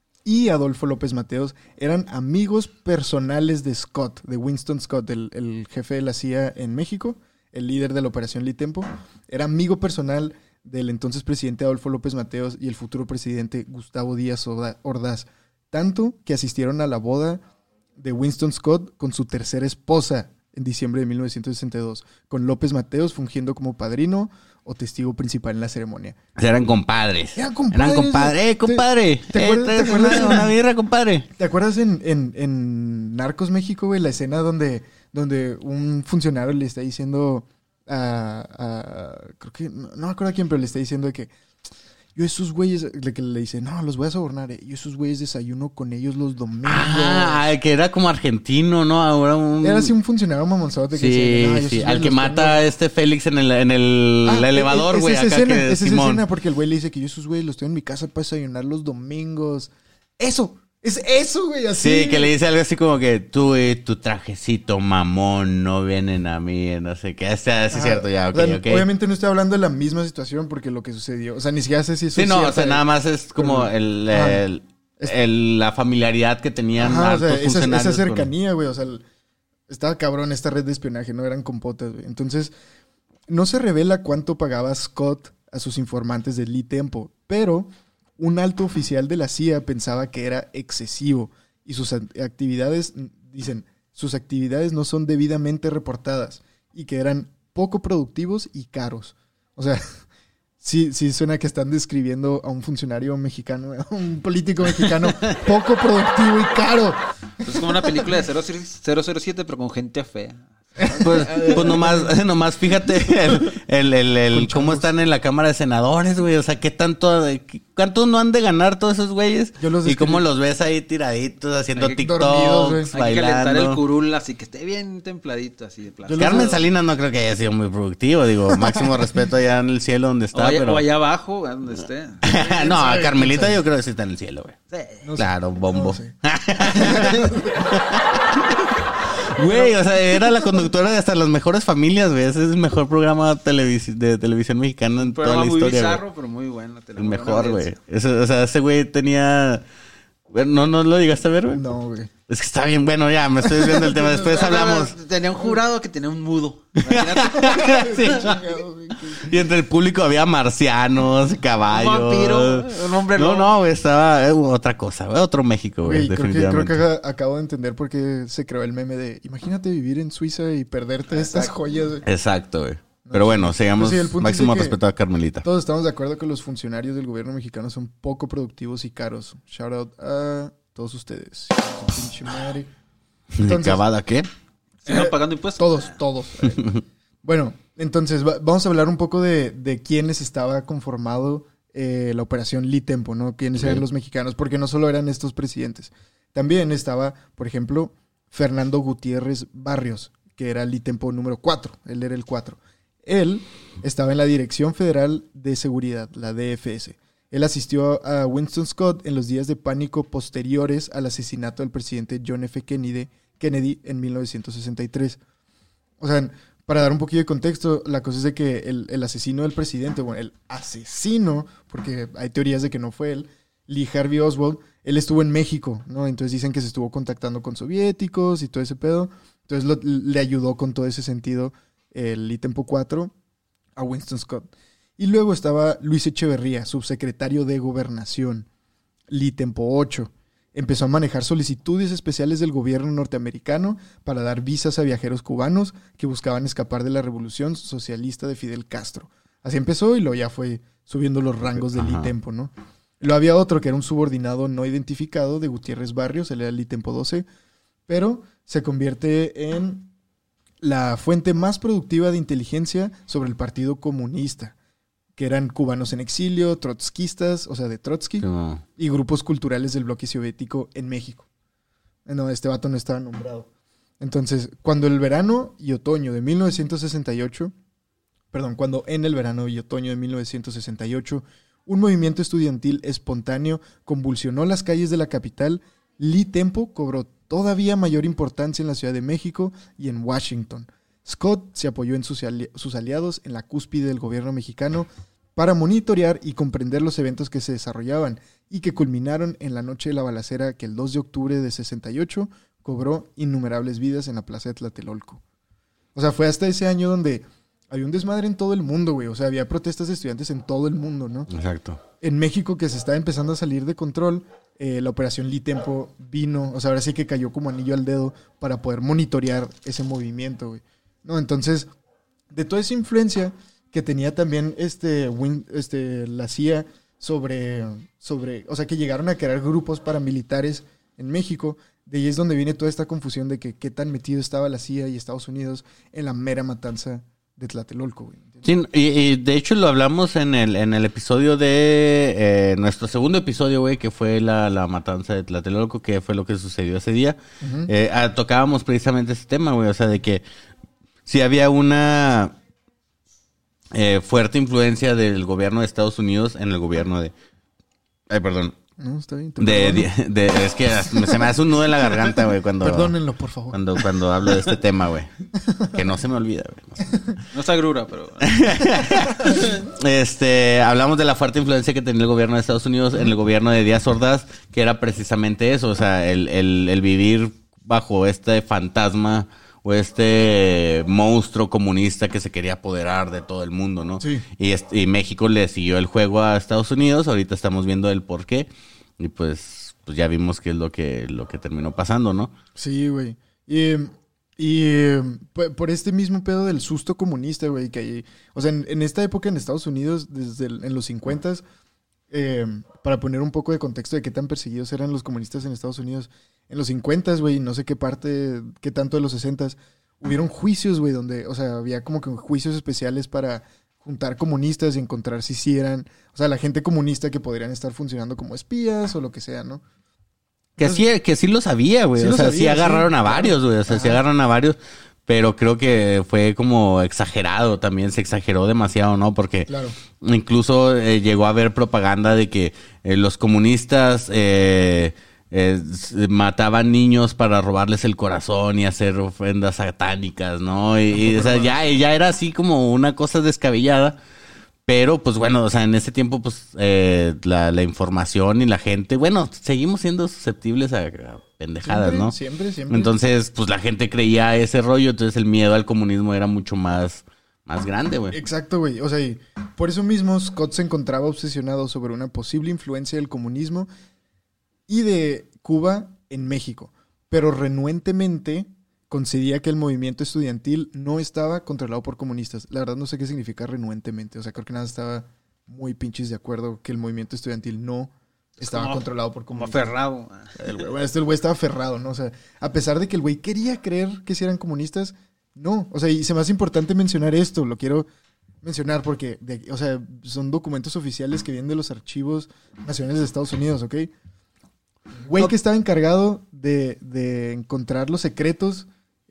y Adolfo López Mateos eran amigos personales de Scott, de Winston Scott, el, el jefe de la C I A en México, el líder de la operación Litempo. Era amigo personal del entonces presidente Adolfo López Mateos y el futuro presidente Gustavo Díaz Orda- Ordaz. Tanto que asistieron a la boda de Winston Scott con su tercera esposa en diciembre de mil novecientos sesenta y dos, con López Mateos fungiendo como padrino o testigo principal en la ceremonia. O sea, eran compadres. Eran compadres, Eran compadres. güey. ¡Eh, compadre! ¿Te- te Eh, acuerdas- traes te acuerdas una, en- una birra, compadre? ¿Te acuerdas en, en, en Narcos México, güey, la escena donde, donde un funcionario le está diciendo a, a- creo que, no, no me acuerdo a quién, pero le está diciendo de que yo esos güeyes, le, que le dice, no, los voy a sobornar, eh. Yo esos güeyes desayuno con ellos los domingos. Ah, que era como argentino, ¿no? Ahora un... Era así un funcionario mamonzote que Sí, decía, "No, yo sí. esos Al güeyes que los mata tengo". a este Félix en el, en el, Ah, el elevador, es- güey. Es Acá esa escena, que es esa Simón. escena porque el güey le dice que yo esos güeyes los tengo en mi casa para desayunar los domingos. Eso, es eso, güey, así. Sí, que le dice algo así como que tú y tu trajecito mamón no vienen a mí, no sé qué. Este, sí, es Ah, cierto, ya, ok, o sea, ok. Obviamente no estoy hablando de la misma situación porque lo que sucedió, o sea, ni siquiera sé si eso Sí, es no, cierto, o sea, eh. nada más es como Pero- el, Ajá. el- Es- el- la familiaridad que tenían Ajá, o sea, altos esa, esa funcionarios con- cercanía, güey, o sea, el- estaba cabrón esta red de espionaje, no eran compotas, güey. Entonces, no se revela cuánto pagaba Scott a sus informantes de Lee Tempo, pero un alto oficial de la C I A pensaba que era excesivo y sus a- actividades, dicen, sus actividades no son debidamente reportadas y que eran poco productivos y caros. O sea, sí, sí suena que están describiendo a un funcionario mexicano, a un político mexicano poco productivo y caro. Es como una película de cero cero siete, pero con gente fea. Pues, pues nomás, nomás fíjate el, el, el, el- Con cómo chavos. están en la Cámara de Senadores, güey. O sea, qué tanto, qué- cuánto no han de ganar todos esos güeyes. Yo los Y cómo describí- los ves ahí tiraditos, haciendo Hay que- dormidos, güey. TikToks, Hay que calentar el bailando. curul así que esté bien templadito, así de plata. Yo lo- Carmen los- Salinas no creo que haya sido muy productivo, digo, máximo respeto allá en el cielo donde O está, allá, pero... o allá abajo, a donde esté. no, a sabe? Carmelita ¿Quién sabe? yo creo que sí está en el cielo, güey. Sí. No sé. Claro, bombo. No sé. Güey, o sea, era la conductora de hasta Las Mejores Familias, güey. Ese es el mejor programa televis de televisión mexicana en toda la historia. Muy bizarro, güey. Pero muy bueno. El mejor, güey. O sea, ese güey tenía... ¿No, ¿No lo llegaste a ver, güey? No, güey. Es que está bien, bueno, ya, me estoy desviando del tema. Después hablamos. Tenía un jurado que tenía un mudo. Sí. Y entre el público había marcianos, caballos. Un vampiro, un hombre No, lobo. no, güey, estaba eh, otra cosa, güey, otro México, güey, Güey, creo que, definitivamente. creo que acabo de entender por qué se creó el meme de imagínate vivir en Suiza y perderte estas joyas, güey. Exacto, güey. Pero bueno, sigamos. Pues sí, el punto Máximo es de que respeto a Carmelita. Todos estamos de acuerdo que los funcionarios del gobierno mexicano son poco productivos y caros. Shout out a todos ustedes. Pinche madre. Entonces- ¿Cavada qué? ¿Siguen pagando impuestos? Todos, todos. eh. Bueno, entonces va- vamos a hablar un poco de, de quiénes estaba conformado eh, la operación Lee Tempo, ¿no? Quiénes eran Ok. los mexicanos, porque no solo eran estos presidentes. También estaba, por ejemplo, Fernando Gutiérrez Barrios, que era Lee Tempo número cuatro. Él era el cuatro. Él estaba en la Dirección Federal de Seguridad, la D F S. Él asistió a Winston Scott en los días de pánico posteriores al asesinato del presidente John F. Kennedy, Kennedy en mil novecientos sesenta y tres. O sea, para dar un poquillo de contexto, la cosa es de que el, el asesino del presidente, bueno, el asesino, porque hay teorías de que no fue él, Lee Harvey Oswald, él estuvo en México, ¿no? Entonces dicen que se estuvo contactando con soviéticos y todo ese pedo. Entonces lo- le ayudó con todo ese sentido el Lee Tempo cuatro a Winston Scott. Y luego estaba Luis Echeverría, subsecretario de Gobernación, Lee Tempo ocho. Empezó a manejar solicitudes especiales del gobierno norteamericano para dar visas a viajeros cubanos que buscaban escapar de la revolución socialista de Fidel Castro. Así empezó y luego ya fue subiendo los rangos de Lee Ajá. Tempo, ¿no? Luego había otro que era un subordinado no identificado de Gutiérrez Barrios, él era Lee Tempo doce, pero se convierte en la fuente más productiva de inteligencia sobre el Partido Comunista, que eran cubanos en exilio, trotskistas, o sea, de Trotsky, Como- y grupos culturales del bloque soviético en México. No, este vato no estaba nombrado. Entonces, cuando el verano y otoño de mil novecientos sesenta y ocho, perdón, cuando en el verano y otoño de mil novecientos sesenta y ocho, un movimiento estudiantil espontáneo convulsionó las calles de la capital, Lee Tempo cobró todavía mayor importancia en la Ciudad de México y en Washington. Scott se apoyó en sus, ali- sus aliados en la cúspide del gobierno mexicano para monitorear y comprender los eventos que se desarrollaban y que culminaron en la noche de la balacera que el dos de octubre de sesenta y ocho cobró innumerables vidas en la plaza de Tlatelolco. O sea, fue hasta ese año donde había un desmadre en todo el mundo, güey. O sea, había protestas de estudiantes en todo el mundo, ¿no? Exacto. En México, que se estaba empezando a salir de control, eh, la operación Lee Tempo vino, o sea, ahora sí que cayó como anillo al dedo para poder monitorear ese movimiento, güey. No, entonces, de toda esa influencia que tenía también este, Win- este la C I A sobre, sobre, o sea, que llegaron a crear grupos paramilitares en México, de ahí es donde viene toda esta confusión de que qué tan metido estaba la C I A y Estados Unidos en la mera matanza de Tlatelolco, güey. Sí, y, y de hecho lo hablamos en el, en el episodio de eh, nuestro segundo episodio, güey, que fue la, la matanza de Tlatelolco, que fue lo que sucedió ese día. Ujú. Eh, ah, tocábamos precisamente ese tema, güey, o sea, de que si había una eh, fuerte influencia del gobierno de Estados Unidos en el gobierno de... Ay, perdón. No, está bien. te De, perdono. de- de- es que se me hace un nudo en la garganta, güey, cuando... Perdónenlo, por favor. Cuando, cuando hablo de este tema, güey. Que no se me olvida, güey. No se- No está grura, pero... Este, hablamos de la fuerte influencia que tenía el gobierno de Estados Unidos en el gobierno de Díaz Ordaz, que era precisamente eso, o sea, el, el, el vivir bajo este fantasma o este monstruo comunista que se quería apoderar de todo el mundo, ¿no? Sí. Y, est- y México le siguió el juego a Estados Unidos, ahorita estamos viendo el por qué, y pues, pues ya vimos qué es lo que, lo que terminó pasando, ¿no? Sí, güey. Y, y eh, por, por este mismo pedo del susto comunista, güey, que hay, o sea, en, en esta época en Estados Unidos, desde el- en los cincuentas, eh, para poner un poco de contexto de qué tan perseguidos eran los comunistas en Estados Unidos, en los cincuentas, güey, no sé qué parte, qué tanto de los sesentas, hubieron juicios, güey, donde, o sea, había como que juicios especiales para juntar comunistas y encontrar si sí eran, o sea, la gente comunista que podrían estar funcionando como espías o lo que sea, ¿no? Que sí, que sí lo sabía, güey. Sí o lo sea, sabía, sí agarraron sí, a claro. varios, güey. O sea, sí Ajá. agarraron a varios. Pero creo que fue como exagerado también. Se exageró demasiado, ¿no? Porque Claro. incluso eh, llegó a haber propaganda de que eh, los comunistas eh, eh, mataban niños para robarles el corazón y hacer ofrendas satánicas, ¿no? Y, y o sea, ya, ya era así como una cosa descabellada. Pero, pues bueno, o sea, en ese tiempo, pues, eh, la, la información y la gente, bueno, seguimos siendo susceptibles a, a pendejadas, Siempre, ¿no? siempre, siempre. Entonces, pues la gente creía ese rollo, entonces el miedo al comunismo era mucho más, más grande, güey. Exacto, güey. O sea, y por eso mismo Scott se encontraba obsesionado sobre una posible influencia del comunismo y de Cuba en México. Pero renuentemente concedía que el movimiento estudiantil no estaba controlado por comunistas. La verdad no sé qué significa renuentemente. O sea, creo que nada estaba muy pinches de acuerdo que el movimiento estudiantil no estaba como, controlado por como comunistas. aferrado. El güey, bueno, este el güey estaba aferrado, ¿no? O sea, a pesar de que el güey quería creer que sí eran comunistas, no. O sea, y se me hace importante mencionar esto. Lo quiero mencionar porque, de, o sea, son documentos oficiales que vienen de los archivos nacionales de Estados Unidos, ¿ok? Güey que estaba encargado de, de encontrar los secretos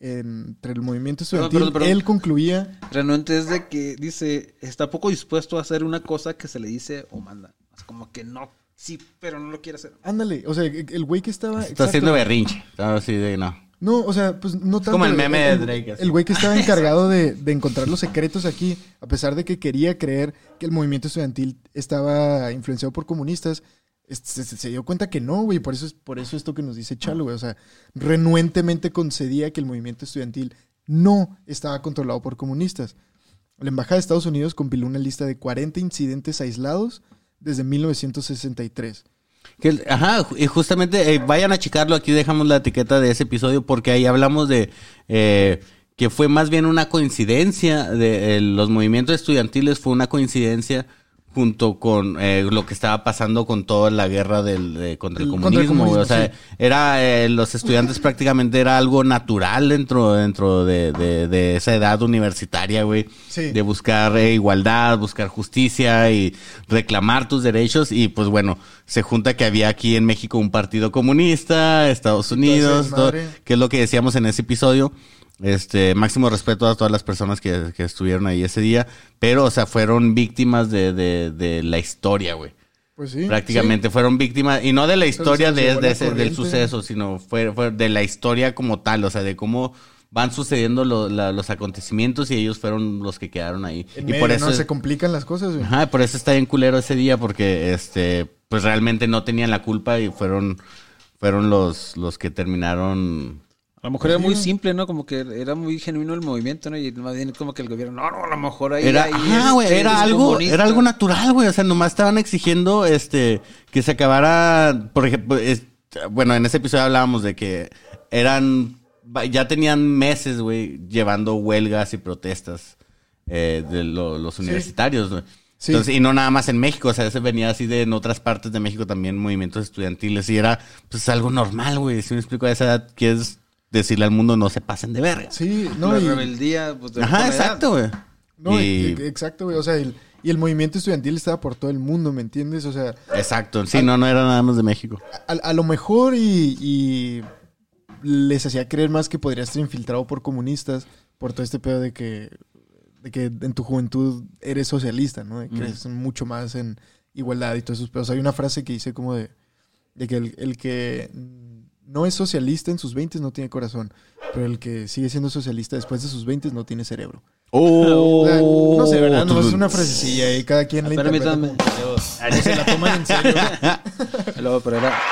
entre el movimiento estudiantil, Perdón, perdón, perdón. él concluía... Renuente es de que dice, está poco dispuesto a hacer una cosa que se le dice o manda. Es como que no, sí, pero no lo quiere hacer. Ándale, o sea, el güey que estaba... Está exacto. haciendo berrinche. Estaba así de, no. No, o sea, pues no tanto... como el meme de el- Drake, así. El güey que estaba encargado de, de encontrar los secretos aquí, a pesar de que quería creer que el movimiento estudiantil estaba influenciado por comunistas, es- se, se- se dio cuenta que no, güey. Por eso es por eso esto que nos dice Chalo, güey. O sea, renuentemente concedía que el movimiento estudiantil no estaba controlado por comunistas. La Embajada de Estados Unidos compiló una lista de cuarenta incidentes aislados desde mil novecientos sesenta y tres. Que, ajá, y justamente eh, vayan a checarlo, aquí dejamos la etiqueta de ese episodio porque ahí hablamos de eh, que fue más bien una coincidencia de eh, los movimientos estudiantiles, fue una coincidencia junto con eh, lo que estaba pasando con toda la guerra del, de- contra el El- comunismo, contra el comunismo, güey. O sea, sí. era eh, los estudiantes prácticamente era algo natural dentro dentro de, de, de esa edad universitaria, güey. Sí. De buscar eh, igualdad, buscar justicia y reclamar tus derechos. Y pues bueno, se junta que había aquí en México un partido comunista, Estados Unidos, esa todo, desmadre. que es lo que decíamos en ese episodio. Este, máximo respeto a todas las personas que, que estuvieron ahí ese día, pero, o sea, fueron víctimas de, de, de la historia, güey. Pues sí. Prácticamente fueron víctimas, y no de la historia se de, llevó de la ese- del corriente. suceso, sino fue, fue de la historia como tal, o sea, de cómo van sucediendo lo- la- los acontecimientos y ellos fueron los que quedaron ahí. En y medio, por eso ¿no? es- Se complican las cosas, güey. Ajá, por eso está bien culero ese día, porque este, pues realmente no tenían la culpa y fueron, fueron los, los que terminaron. A lo mejor era Sí, muy ¿no? simple, ¿no? Como que era muy genuino el movimiento, ¿no? Y más bien como que el gobierno, no, no, a lo mejor ahí... Era, ahí ajá, es- güey, es era algo, comunista. era algo natural, güey. O sea, nomás estaban exigiendo, este, que se acabara, por ejemplo, es- bueno, en ese episodio hablábamos de que eran, ya tenían meses, güey, llevando huelgas y protestas eh, de lo- los universitarios, güey. Sí. Entonces, y no nada más en México, o sea, se venía así de en otras partes de México también movimientos estudiantiles y era, pues, algo normal, güey. Si me explico a esa edad, quieres decirle al mundo no se pasen de verga. Sí, no, La y- rebeldía, pues, de Ajá, por la edad. exacto, güey. No, Y- e- exacto, güey. O sea, el- y el movimiento estudiantil estaba por todo el mundo, ¿me entiendes? O sea, Exacto, sí, no, no era nada más de México. a, a lo mejor y, y les hacía creer más que podrías ser infiltrado por comunistas por todo este pedo de que, de que en tu juventud eres socialista, ¿no? De que crees mucho más en igualdad y todos esos pedos. Hay una frase que dice como de, de que el, el que no es socialista en sus veintes no tiene corazón, pero el que sigue siendo socialista después de sus veintes no tiene cerebro. Oh, O sea, no sé, ¿verdad? No es una frasecilla y cada quien la interpreta Permítanme. como- No se la toman en serio. Luego, pero era...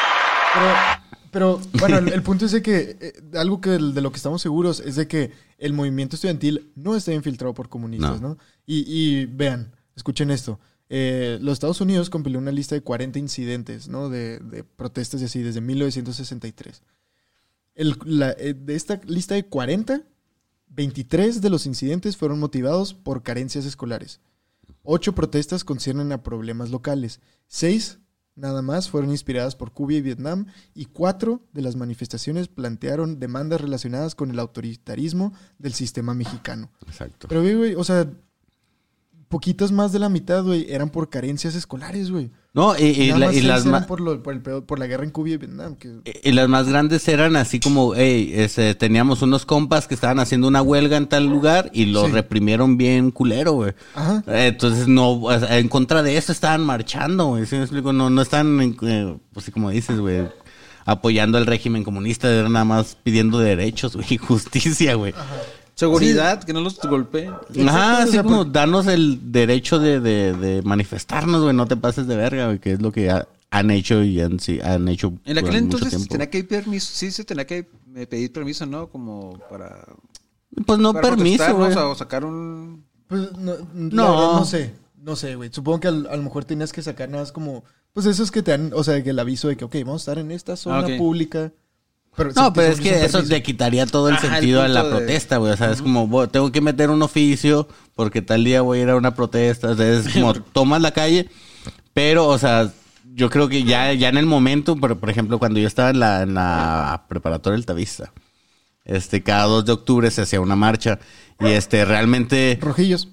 Pero, pero bueno, el, el punto es de que eh, algo que de lo que estamos seguros es de que el movimiento estudiantil no está infiltrado por comunistas, ¿no? No. Y, y vean, escuchen esto. Eh, los Estados Unidos compiló una lista de cuarenta incidentes, ¿no? De, de protestas y así, desde mil novecientos sesenta y tres. El, la, eh, de esta lista de cuarenta, veintitrés de los incidentes fueron motivados por carencias escolares. Ocho protestas conciernen a problemas locales. Seis, nada más, fueron inspiradas por Cuba y Vietnam. Y cuatro de las manifestaciones plantearon demandas relacionadas con el autoritarismo del sistema mexicano. Exacto. Pero, güey, o sea, poquitas más de la mitad, güey, eran por carencias escolares, güey. No, y, y, Nada la- más y seis las eran más... por, lo- por el pedo- por la guerra en Cuba y Vietnam. Que... Y las más grandes eran así como, hey, este, teníamos unos compas que estaban haciendo una huelga en tal lugar y lo Sí. reprimieron bien culero, güey. Ajá. Eh, Entonces, no, o sea, en contra de eso estaban marchando, güey. ¿Sí me explico? No, no están, en- eh, pues sí, como dices, güey. apoyando al régimen comunista, era nada más pidiendo derechos, güey, y justicia, güey. Seguridad, sí. Que no los golpeen. Ajá, así como por... darnos el derecho de, de, de manifestarnos, güey, no te pases de verga, güey, que es lo que ha, han hecho y han, sí, han hecho. En aquel entonces tenía que pedir permiso, sí se tenía que pedir permiso, ¿no? Como para... Pues no para permiso, güey. O sacar un... Pues no, no. no sé, no sé, güey. Supongo que a, a lo mejor tenías que sacar nada más como... Pues esos que te dan, o sea, que el aviso de que, ok, vamos a estar en esta zona ah, okay. pública... Pero, no, sí, pero es que eso le quitaría todo el Ajá, sentido el a la de... protesta, güey. O sea, uh-huh. es como, bo, tengo que meter un oficio porque tal día voy a ir a una protesta. O sea, es como, tomas la calle. Pero, o sea, yo creo que ya, ya en el momento, por, por ejemplo, cuando yo estaba en la, en la preparatoria del Altavista, este, cada dos de octubre se hacía una marcha. Y este, realmente... Rojillos.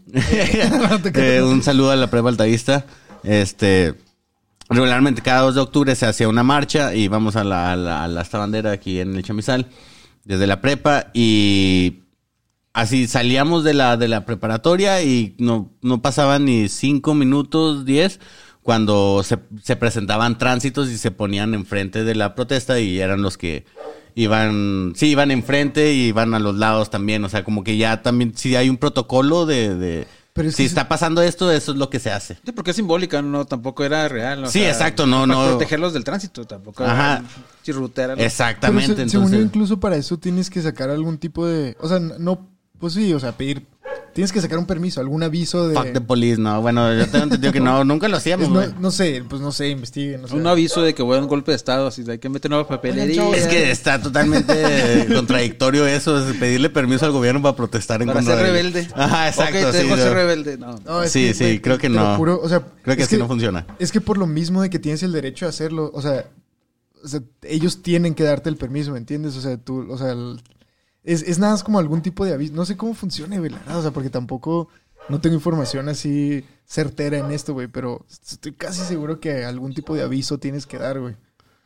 eh, un saludo a la prepa Altavista. Este... Regularmente cada dos de octubre se hacía una marcha y íbamos a la, a la, a la esta bandera aquí en el Chamizal, desde la prepa, y así salíamos de la, de la preparatoria y no, no pasaban ni cinco minutos, diez, cuando se, se presentaban tránsitos y se ponían enfrente de la protesta y eran los que iban, sí, iban enfrente y iban a los lados también, o sea, como que ya también, sí hay un protocolo de... de Pero si está pasando esto, eso es lo que se hace. Sí, porque es simbólica, no, tampoco era real. Sí, sea, exacto, no, para no. protegerlos del tránsito, tampoco era chirrutera. Exactamente. Pero se, entonces... según yo, incluso para eso tienes que sacar algún tipo de, o sea, no, pues sí, o sea, pedir, tienes que sacar un permiso, algún aviso de. Fuck the police, no, bueno, yo tengo entendido que no, nunca lo hacíamos. No, no sé, pues no sé, investiguen. No sé. Un aviso de que voy a un golpe de estado, así hay que meter nueva papelería. Es que está totalmente contradictorio eso, es pedirle permiso al gobierno para protestar en para contra ser de rebelde. Ajá, exacto. Ok, te sí, dejo no. ser rebelde. No, no sí, que, sí, me, creo que te no. Juro, o sea, creo que así que, no funciona. Es que por lo mismo de que tienes el derecho a hacerlo, o sea, o sea ellos tienen que darte el permiso, ¿me entiendes? O sea, tú, o sea, el, es, es nada más como algún tipo de aviso. No sé cómo funciona, güey, la verdad, o sea, porque tampoco... No tengo información así certera en esto, güey, pero estoy casi seguro que algún tipo de aviso tienes que dar, güey.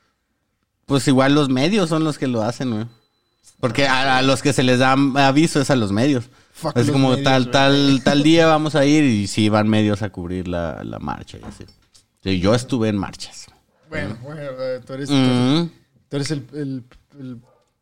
Pues igual los medios son los que lo hacen, güey. Porque a, a los que se les da aviso es a los medios. Fuck es como medios, tal, tal, tal día vamos a ir y sí van medios a cubrir la, la marcha y así. Sí, yo estuve en marchas. Bueno, bueno, tú eres, mm. tú eres el, el, el...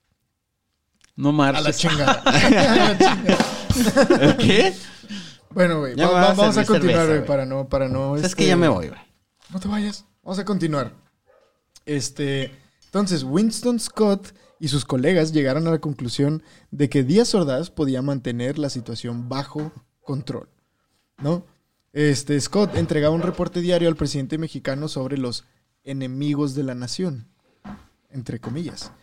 No marches. A la chingada. A la chingada. ¿Qué? Bueno, güey, va, va, vamos a continuar, güey, para no, para no... Este... Es que ya me voy, güey. No te vayas. Vamos a continuar. Este, entonces, Winston Scott y sus colegas llegaron a la conclusión de que Díaz Ordaz podía mantener la situación bajo control, ¿no? Este, Scott entregaba un reporte diario al presidente mexicano sobre los enemigos de la nación, entre comillas.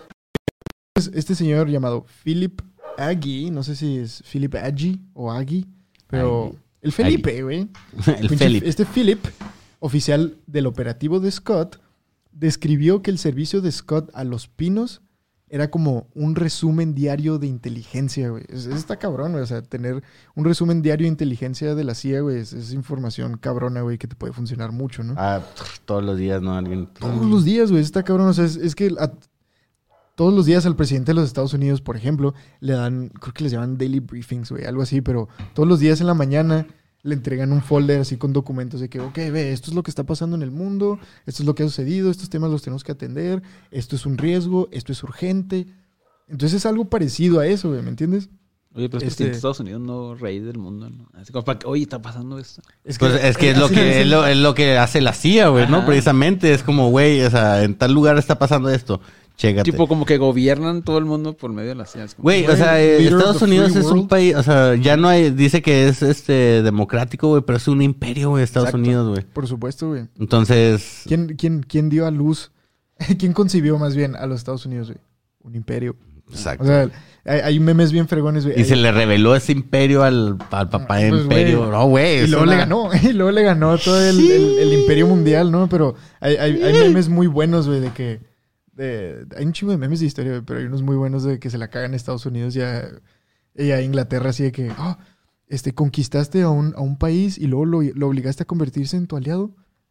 Este señor llamado Philip Agee, no sé si es Philip Agee o Agee, pero Agee. El Felipe, güey. El Felipe. Este Philip, oficial del operativo de Scott, describió que el servicio de Scott a Los Pinos era como un resumen diario de inteligencia, güey. Eso está cabrón, güey. O sea, tener un resumen diario de inteligencia de la C I A, güey, es, es información cabrona, güey, que te puede funcionar mucho, ¿no? Ah, todos los días, ¿no? Alguien... Todos los días, güey. Está cabrón. O sea, es, es que... A, todos los días al presidente de los Estados Unidos, por ejemplo, le dan, creo que les llaman daily briefings, güey, algo así, pero todos los días en la mañana le entregan un folder así con documentos de que, ok, ve, esto es lo que está pasando en el mundo, esto es lo que ha sucedido, estos temas los tenemos que atender, esto es un riesgo, esto es urgente. Entonces es algo parecido a eso, güey, ¿me entiendes? Oye, pero es este... que Estados Unidos no rey del mundo, ¿no? Así como para que, oye, está pasando esto. Es que, pues es, que es, lo que, es, lo, es lo que hace la C I A, güey, ¿no? Precisamente es como, güey, o sea, en tal lugar está pasando esto. Chécate. Tipo como que gobiernan todo el mundo por medio de las C I A. Güey, o sea, eh, Estados Unidos es un país, o sea, ya no hay, dice que es este democrático, güey, pero es un imperio, güey, Estados Exacto. Unidos, güey. Por supuesto, güey. Entonces... ¿Quién, quién, quién dio a luz? ¿Quién concibió más bien a los Estados Unidos, güey? Un imperio. Exacto. O sea, hay, hay memes bien fregones, güey. Y hay... se le reveló ese imperio al, al papá de pues, imperio. Güey. No, güey. Y luego una... le ganó, y luego le ganó todo el, sí. el, el imperio mundial, ¿no? Pero hay, hay, hay memes muy buenos, güey, de que... De, hay un chingo de memes de historia, güey, pero hay unos muy buenos de que se la cagan a Estados Unidos y a, y a Inglaterra, así de que, oh, este, conquistaste a un, a un país y luego lo, lo obligaste a convertirse en tu aliado.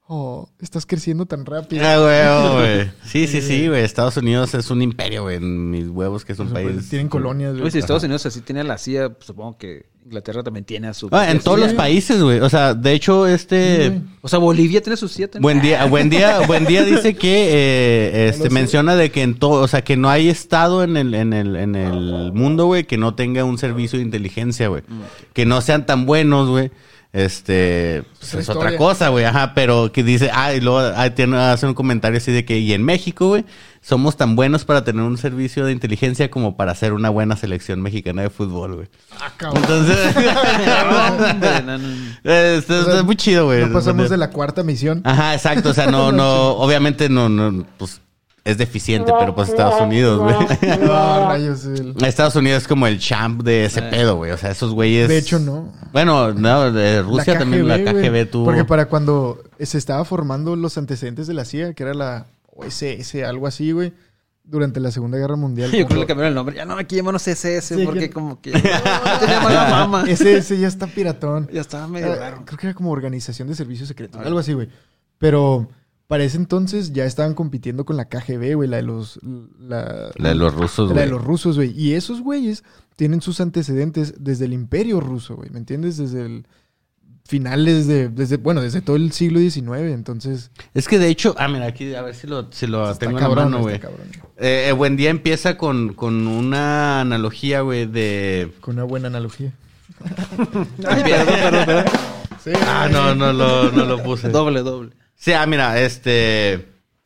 Oh, estás creciendo tan rápido. Ah, güey, güey. Sí, sí, sí, güey. Estados Unidos es un imperio, güey. Mis huevos que es un O sea, país. pues, tienen colonias, güey. Oye, si Estados Unidos así tiene a la C I A, pues, supongo que Inglaterra también tiene a su... Ah, en todos Sí. los países, güey. O sea, de hecho, este... Sí. O sea, Bolivia tiene su C I A también. Buen día, buen día, buen día dice que eh, este No lo sé. menciona de que en todo, o sea, que no hay estado en el, en el, en el mundo, güey, que no tenga un servicio de inteligencia, güey. Que no sean tan buenos, güey. Este, pues Otra es otra historia. cosa, güey, ajá, pero que dice, ah, y luego ah, tiene, hace un comentario así de que, y en México, güey, somos tan buenos para tener un servicio de inteligencia como para hacer una buena selección mexicana de fútbol, güey. Ah, cabrón. Entonces, Hombre, no, no. este, O sea, es muy chido, güey. No pasamos de la cuarta misión. Ajá, exacto. O sea, no, no, obviamente no, no, pues es deficiente, pero pues Estados Unidos, güey. No, rayos. el- Estados Unidos es como el champ de ese pedo, güey. O sea, esos güeyes. De hecho, no. Bueno, no, de Rusia La también, la K G B güey. tuvo. Porque para cuando se estaba formando los antecedentes de la C I A, que era la O S S, algo así, güey, durante la Segunda Guerra Mundial. Yo creo que cuando- le cambiaron el nombre. Ya no, aquí llámanos S S Sí, porque ya- como que... No, tenía mala fama. S S ya está piratón. Ya estaba medio Ah, raro. creo que era como Organización de Servicios Secretos, Órale. algo así, güey. Pero para ese entonces ya estaban compitiendo con la K G B, güey, la de los... La, La de los rusos, la güey. de los rusos, güey. Y esos güeyes tienen sus antecedentes desde el Imperio Ruso, güey. ¿Me entiendes? Desde el... Finales de... Desde, bueno, desde todo el siglo diecinueve, entonces... Es que de hecho, ah, mira, aquí a ver si lo, si lo está tengo en la cabrón, mano, está güey. cabrón. Eh, eh, buen día empieza con, con una analogía, güey, de. Con una buena analogía. Ay, perdón, perdón, perdón. Sí. Ah, no, no lo, no lo puse. Doble, doble. Sí, ah, mira, este.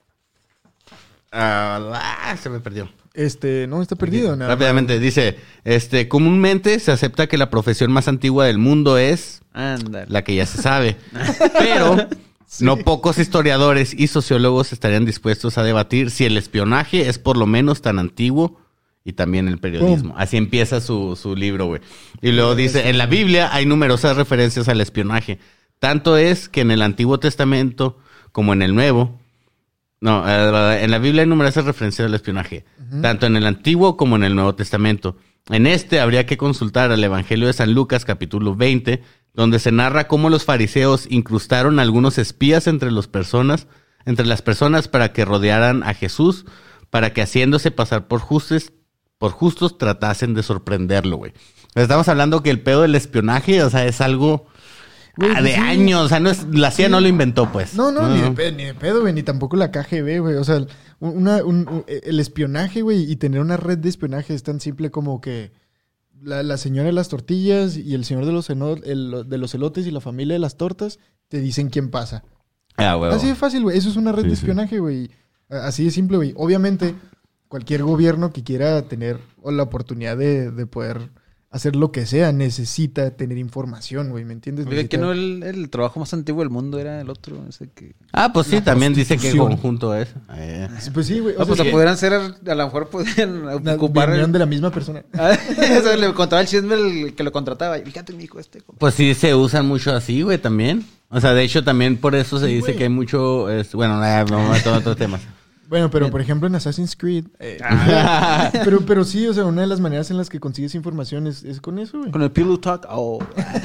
Ah, ah, se me perdió. Este, no, está perdido. Nada más. Rápidamente, dice, este, comúnmente se acepta que la profesión más antigua del mundo es Ándale. la que ya se sabe. Pero no pocos historiadores y sociólogos estarían dispuestos a debatir si el espionaje es por lo menos tan antiguo y también el periodismo. Así empieza su, su libro, güey. Y luego dice, en la Biblia hay numerosas referencias al espionaje. Tanto es que en el Antiguo Testamento como en el Nuevo... No, eh, en la Biblia hay numerosas referencias al espionaje, uh-huh. tanto en el Antiguo como en el Nuevo Testamento. En este habría que consultar al Evangelio de San Lucas, capítulo veinte, donde se narra cómo los fariseos incrustaron algunos espías entre, los personas, entre las personas para que rodearan a Jesús, para que haciéndose pasar por justos, por justos tratasen de sorprenderlo, güey. Estamos hablando que el pedo del espionaje, o sea, es algo... Güey, Ah, de sí. años, o sea, no es, la C I A Sí. no lo inventó, pues. No, no, Ni, de pedo, ni de pedo, güey, ni tampoco la K G B, güey. O sea, una, un- un- el espionaje, güey, y tener una red de espionaje es tan simple como que la, la señora de las tortillas y el señor de los, eno- el- de los elotes y la familia de las tortas te dicen quién pasa. Ah, huevo. Así de fácil, güey. Eso es una red Sí, de sí. espionaje, güey. A- Así de simple, güey. Obviamente, cualquier gobierno que quiera tener o la oportunidad de, de poder hacer lo que sea necesita tener información, güey. ¿Me entiendes? Oiga, que Necesita- no el, el trabajo más antiguo del mundo era el otro, ese que... Ah, pues sí, La también dice que prostitución. conjunto es. Eh. Sí, Pues sí, güey. O Ah, pues sea, podrían ser, a lo mejor podrían una- ocupar... vinieron de la misma persona. Ah, eso le contaba el chisme el que lo contrataba. Y fíjate, mi hijo este. compa. Pues sí, se usan mucho así, güey, también. O sea, de hecho, también por eso se Sí, dice güey. que hay mucho... es- bueno, eh, vamos a meter otros temas. Bueno, pero por ejemplo en Assassin's Creed. eh, pero, pero sí, o sea, una de las maneras en las que consigues información es, es con eso, güey. Con el Pillow Talk. Oh.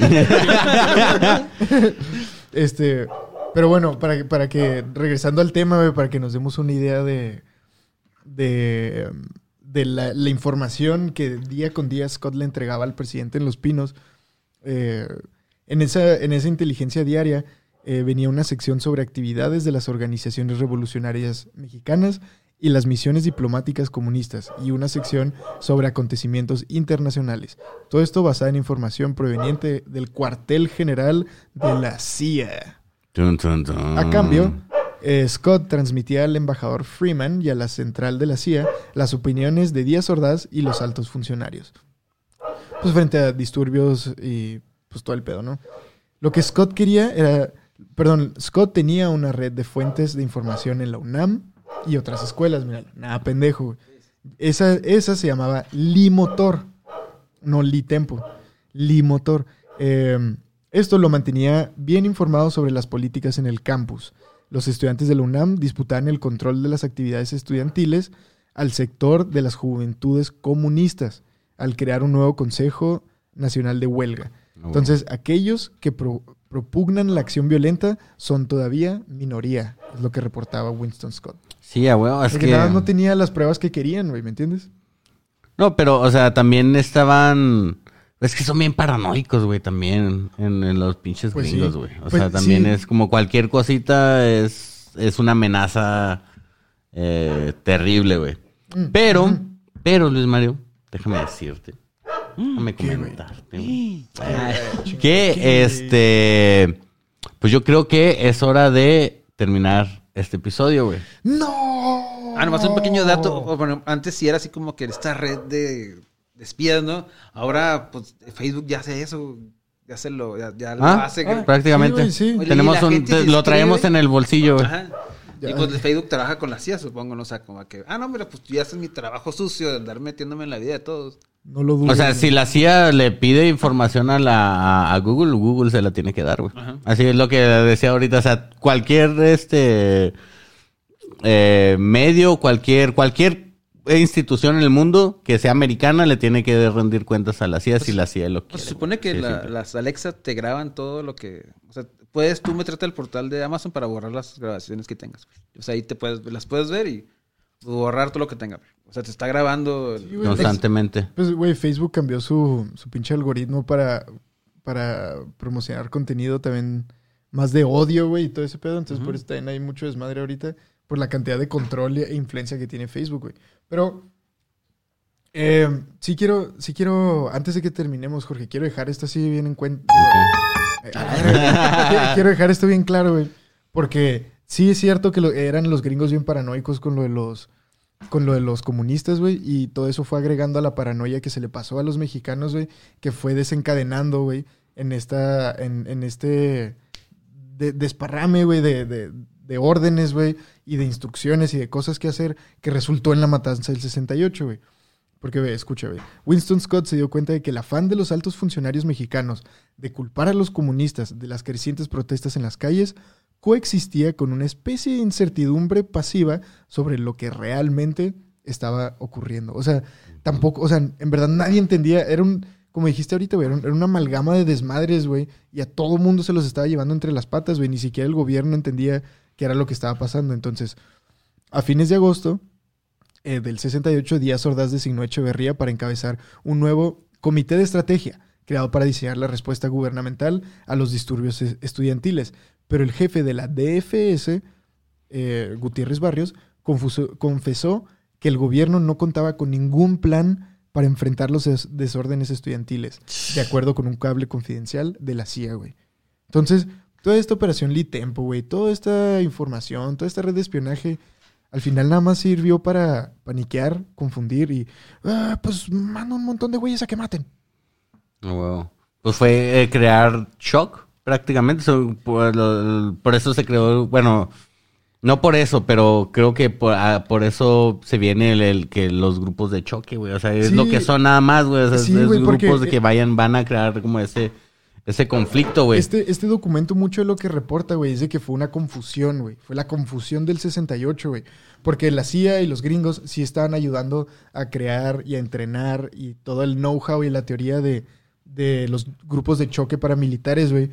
Este, pero bueno, para, que- para que, regresando al tema, güey, para que nos demos una idea de, de, de la, la información que día con día Scott le entregaba al presidente en Los Pinos, eh, en, esa, en esa inteligencia diaria eh, venía una sección sobre actividades de las organizaciones revolucionarias mexicanas y las misiones diplomáticas comunistas, y una sección sobre acontecimientos internacionales. Todo esto basado en información proveniente del cuartel general de la C I A. Tun, tun, tun. A cambio, eh, Scott transmitía al embajador Freeman y a la central de la C I A las opiniones de Díaz Ordaz y los altos funcionarios. Pues frente a disturbios y pues todo el pedo, ¿no? Lo que Scott quería era... Perdón, Scott tenía una red de fuentes de información en la UNAM y otras escuelas, mira, nada pendejo, güey. Esa, esa se llamaba Limotor, no Litempo, Limotor. Eh, esto lo mantenía bien informado sobre las políticas en el campus. Los estudiantes de la UNAM disputaban el control de las actividades estudiantiles al sector de las juventudes comunistas, al crear un nuevo consejo nacional de huelga. Entonces, aquellos que pro, propugnan la acción violenta son todavía minoría, es lo que reportaba Winston Scott. Sí, a huevo, es Porque que... nada más no tenía las pruebas que querían, güey, ¿me entiendes? No, pero, o sea, también estaban... Es que son bien paranoicos, güey, también en, en los pinches Pues gringos, sí. güey. O Pues sea, también sí. es como cualquier cosita es, es una amenaza eh, terrible, güey. Mm. Pero, Ujú. pero, Luis Mario, déjame decirte, déjame ¿Qué, güey? comentarte, güey, que este... Pues yo creo que es hora de terminar este episodio, güey. ¡No! Ah, nomás un pequeño dato. o, Bueno, antes sí era así como que esta red de, de espías, ¿no? Ahora, pues, Facebook ya hace eso. Ya se lo, ya, ya lo Ah, hace. ah, prácticamente. sí, güey, sí. Oye, Tenemos y la un, gente se lo traemos inscribe. en el bolsillo, güey. Ajá. Ya. Y pues Facebook trabaja con la C I A, supongo, ¿no? O sea, como que, ah, no, mira, pues tú ya haces mi trabajo sucio de andar metiéndome en la vida de todos. No lo dudo. O sea, güey. si la C I A le pide información a la a, a Google, Google se la tiene que dar, güey. Ajá. Así es lo que decía ahorita. O sea, cualquier este eh, medio, cualquier, cualquier institución en el mundo que sea americana le tiene que rendir cuentas a la C I A Pues, si la C I A lo quiere. Pues se supone que Sí, la- siempre. las Alexa te graban todo lo que... O sea, puedes tú meterte al portal de Amazon para borrar las grabaciones que tengas. Güey. O sea, ahí te puedes, las puedes ver y borrar todo lo que tenga. Güey. O sea, te está grabando... el- Sí, güey. Constantemente. Pues, güey, Facebook cambió su, su pinche algoritmo para, para promocionar contenido también más de odio, güey, y todo ese pedo. Entonces, Ujú. por eso también hay mucho desmadre ahorita por la cantidad de control e influencia que tiene Facebook, güey. Pero eh, sí quiero, sí quiero, antes de que terminemos, Jorge, quiero dejar esto así bien en cuenta. Ok. A la verga. Quiero dejar esto bien claro, güey. Porque sí es cierto que lo- eran los gringos bien paranoicos con lo de los con lo de los comunistas, güey, y todo eso fue agregando a la paranoia que se le pasó a los mexicanos, güey, que fue desencadenando, güey, en esta en, en este de- desparrame, güey, de, de, de órdenes, güey, y de instrucciones y de cosas que hacer que resultó en la matanza del sesenta y ocho, güey. Porque, ve, escucha, güey. Winston Scott se dio cuenta de que el afán de los altos funcionarios mexicanos de culpar a los comunistas de las crecientes protestas en las calles coexistía con una especie de incertidumbre pasiva sobre lo que realmente estaba ocurriendo. O sea, tampoco, o sea, en verdad nadie entendía. Era un, como dijiste ahorita, güey, era, un- era una amalgama de desmadres, güey, y a todo mundo se los estaba llevando entre las patas, güey. Ni siquiera el gobierno entendía qué era lo que estaba pasando. Entonces, a fines de agosto eh, del sesenta y ocho, Díaz Ordaz designó a Echeverría para encabezar un nuevo comité de estrategia creado para diseñar la respuesta gubernamental a los disturbios es- estudiantiles. Pero el jefe de la D F S, eh, Gutiérrez Barrios, confuso- confesó que el gobierno no contaba con ningún plan para enfrentar los des- desórdenes estudiantiles, de acuerdo con un cable confidencial de la C I A, güey. Entonces, toda esta operación Litempo, güey, toda esta información, toda esta red de espionaje, al final nada más sirvió para paniquear, confundir y, ah, pues, manda un montón de güeyes a que maten. Oh, wow. Pues fue eh, crear shock, prácticamente. So, por, lo- por eso se creó, bueno, no por eso, pero creo que por, ah, por eso se viene el, el que los grupos de choque, güey. O sea, es Sí. lo que son nada más, güey. O sea, Sí, es güey, porque- grupos de que vayan, van a crear como ese, ese conflicto, güey. Este, este documento mucho de lo que reporta, güey, es de que fue una confusión, güey. Fue la confusión del sesenta y ocho, güey. Porque la C I A y los gringos sí estaban ayudando a crear y a entrenar y todo el know-how y la teoría de, de los grupos de choque paramilitares, güey.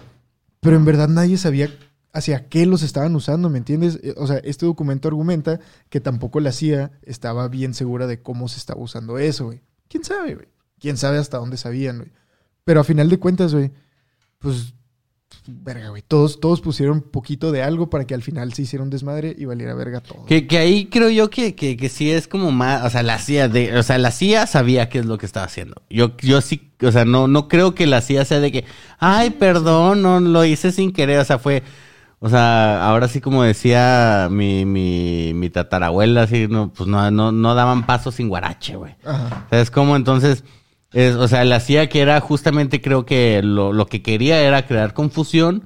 Pero en verdad nadie sabía hacia qué los estaban usando, ¿me entiendes? Eh, O sea, este documento argumenta que tampoco la C I A estaba bien segura de cómo se estaba usando eso, güey. ¿Quién sabe, güey? ¿Quién sabe hasta dónde sabían, güey? Pero a final de cuentas, güey, pues, verga, güey. Todos, todos pusieron poquito de algo para que al final se hiciera un desmadre y valiera verga todo. Que, que ahí creo yo que, que, que sí es como más, o sea, la C I A de, o sea, la C I A sabía qué es lo que estaba haciendo. Yo, yo sí, o sea, no, no creo que la C I A sea de que, ay, perdón, no lo hice sin querer, o sea, fue, o sea, ahora sí como decía mi, mi, mi tatarabuela, así, no, pues no, no, no daban paso sin guarache, güey. Ajá. O sea, es como entonces, es, o sea, la C I A que era justamente, creo que lo, lo que quería era crear confusión,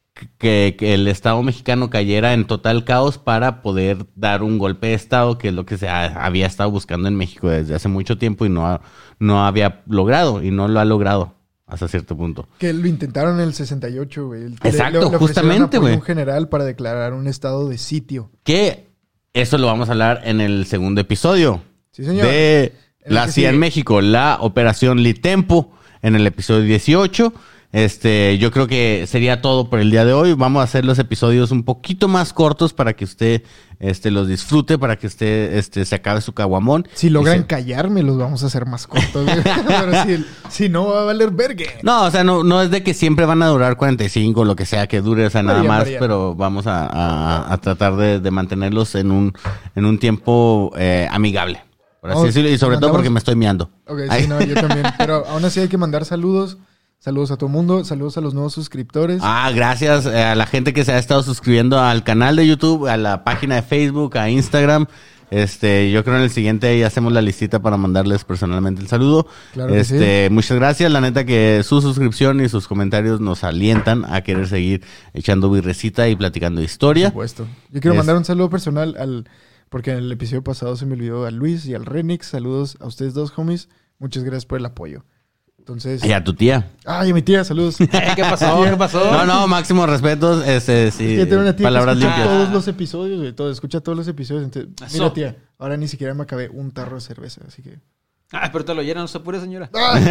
que, que el Estado mexicano cayera en total caos para poder dar un golpe de Estado, que es lo que se ha- había estado buscando en México desde hace mucho tiempo y no, ha- no había logrado, y no lo ha logrado hasta cierto punto. Que lo intentaron en el sesenta y ocho, güey. El- Exacto, ofrecieron justamente, apoyo a güey. un general para declarar un estado de sitio. Que eso lo vamos a hablar en el segundo episodio Sí, señor. de En el la que C I A en sigue. México, la operación Litempo, en el episodio dieciocho. Este, yo creo que sería todo por el día de hoy. Vamos a hacer los episodios un poquito más cortos para que usted este, los disfrute, para que usted este, se acabe su caguamón. Si logran se... callarme, los vamos a hacer más cortos. Pero si, si no, va a valer verga. No, o sea, no, no es de que siempre van a durar cuarenta y cinco, lo que sea que dure, o sea, nada Varía, más, varía. pero vamos a, a, a tratar de, de mantenerlos en un, en un tiempo eh, amigable, por así Vamos, decirlo, y sobre todo mandamos- porque me estoy miando. Ok, Ay. sí, no, yo también. Pero aún así hay que mandar saludos. Saludos a todo el mundo. Saludos a los nuevos suscriptores. Ah, gracias eh, a la gente que se ha estado suscribiendo al canal de YouTube, a la página de Facebook, a Instagram. Este, yo creo en el siguiente ya hacemos la listita para mandarles personalmente el saludo. Claro que este, muchas gracias. La neta que su suscripción y sus comentarios nos alientan a querer seguir echando birrecita y platicando Por historia. supuesto. Yo quiero Es- mandar un saludo personal al... Porque en el episodio pasado se me olvidó a Luis y al Renix. Saludos a ustedes dos, homies. Muchas gracias por el apoyo. Entonces... Y a tu tía. Ay, a mi tía, saludos. Eh, ¿Qué pasó? ¿Qué pasó? No, no, máximo respetos. Este, sí, Es que yo tengo una tía palabras que escucha limpias. todos los episodios, güey. Todo, escucha todos los episodios. Entonces, Eso. mira, tía, ahora ni siquiera me acabé un tarro de cerveza, así que... Ah, pero te lo llenan, no se apure, señora.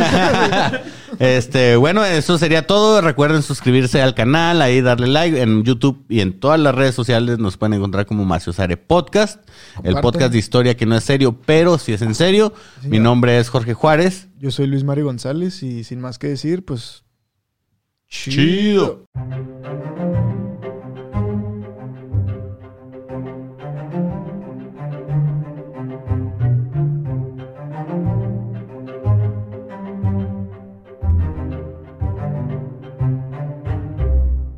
Este, bueno, eso sería todo. Recuerden suscribirse al canal, ahí darle like en YouTube y en todas las redes sociales nos pueden encontrar como Maciosare Podcast, el Compartan. podcast de historia que no es serio, pero sí es en serio. Sí, Mi señor. nombre es Jorge Juárez. Yo soy Luis Mario González y sin más que decir, pues... Chido.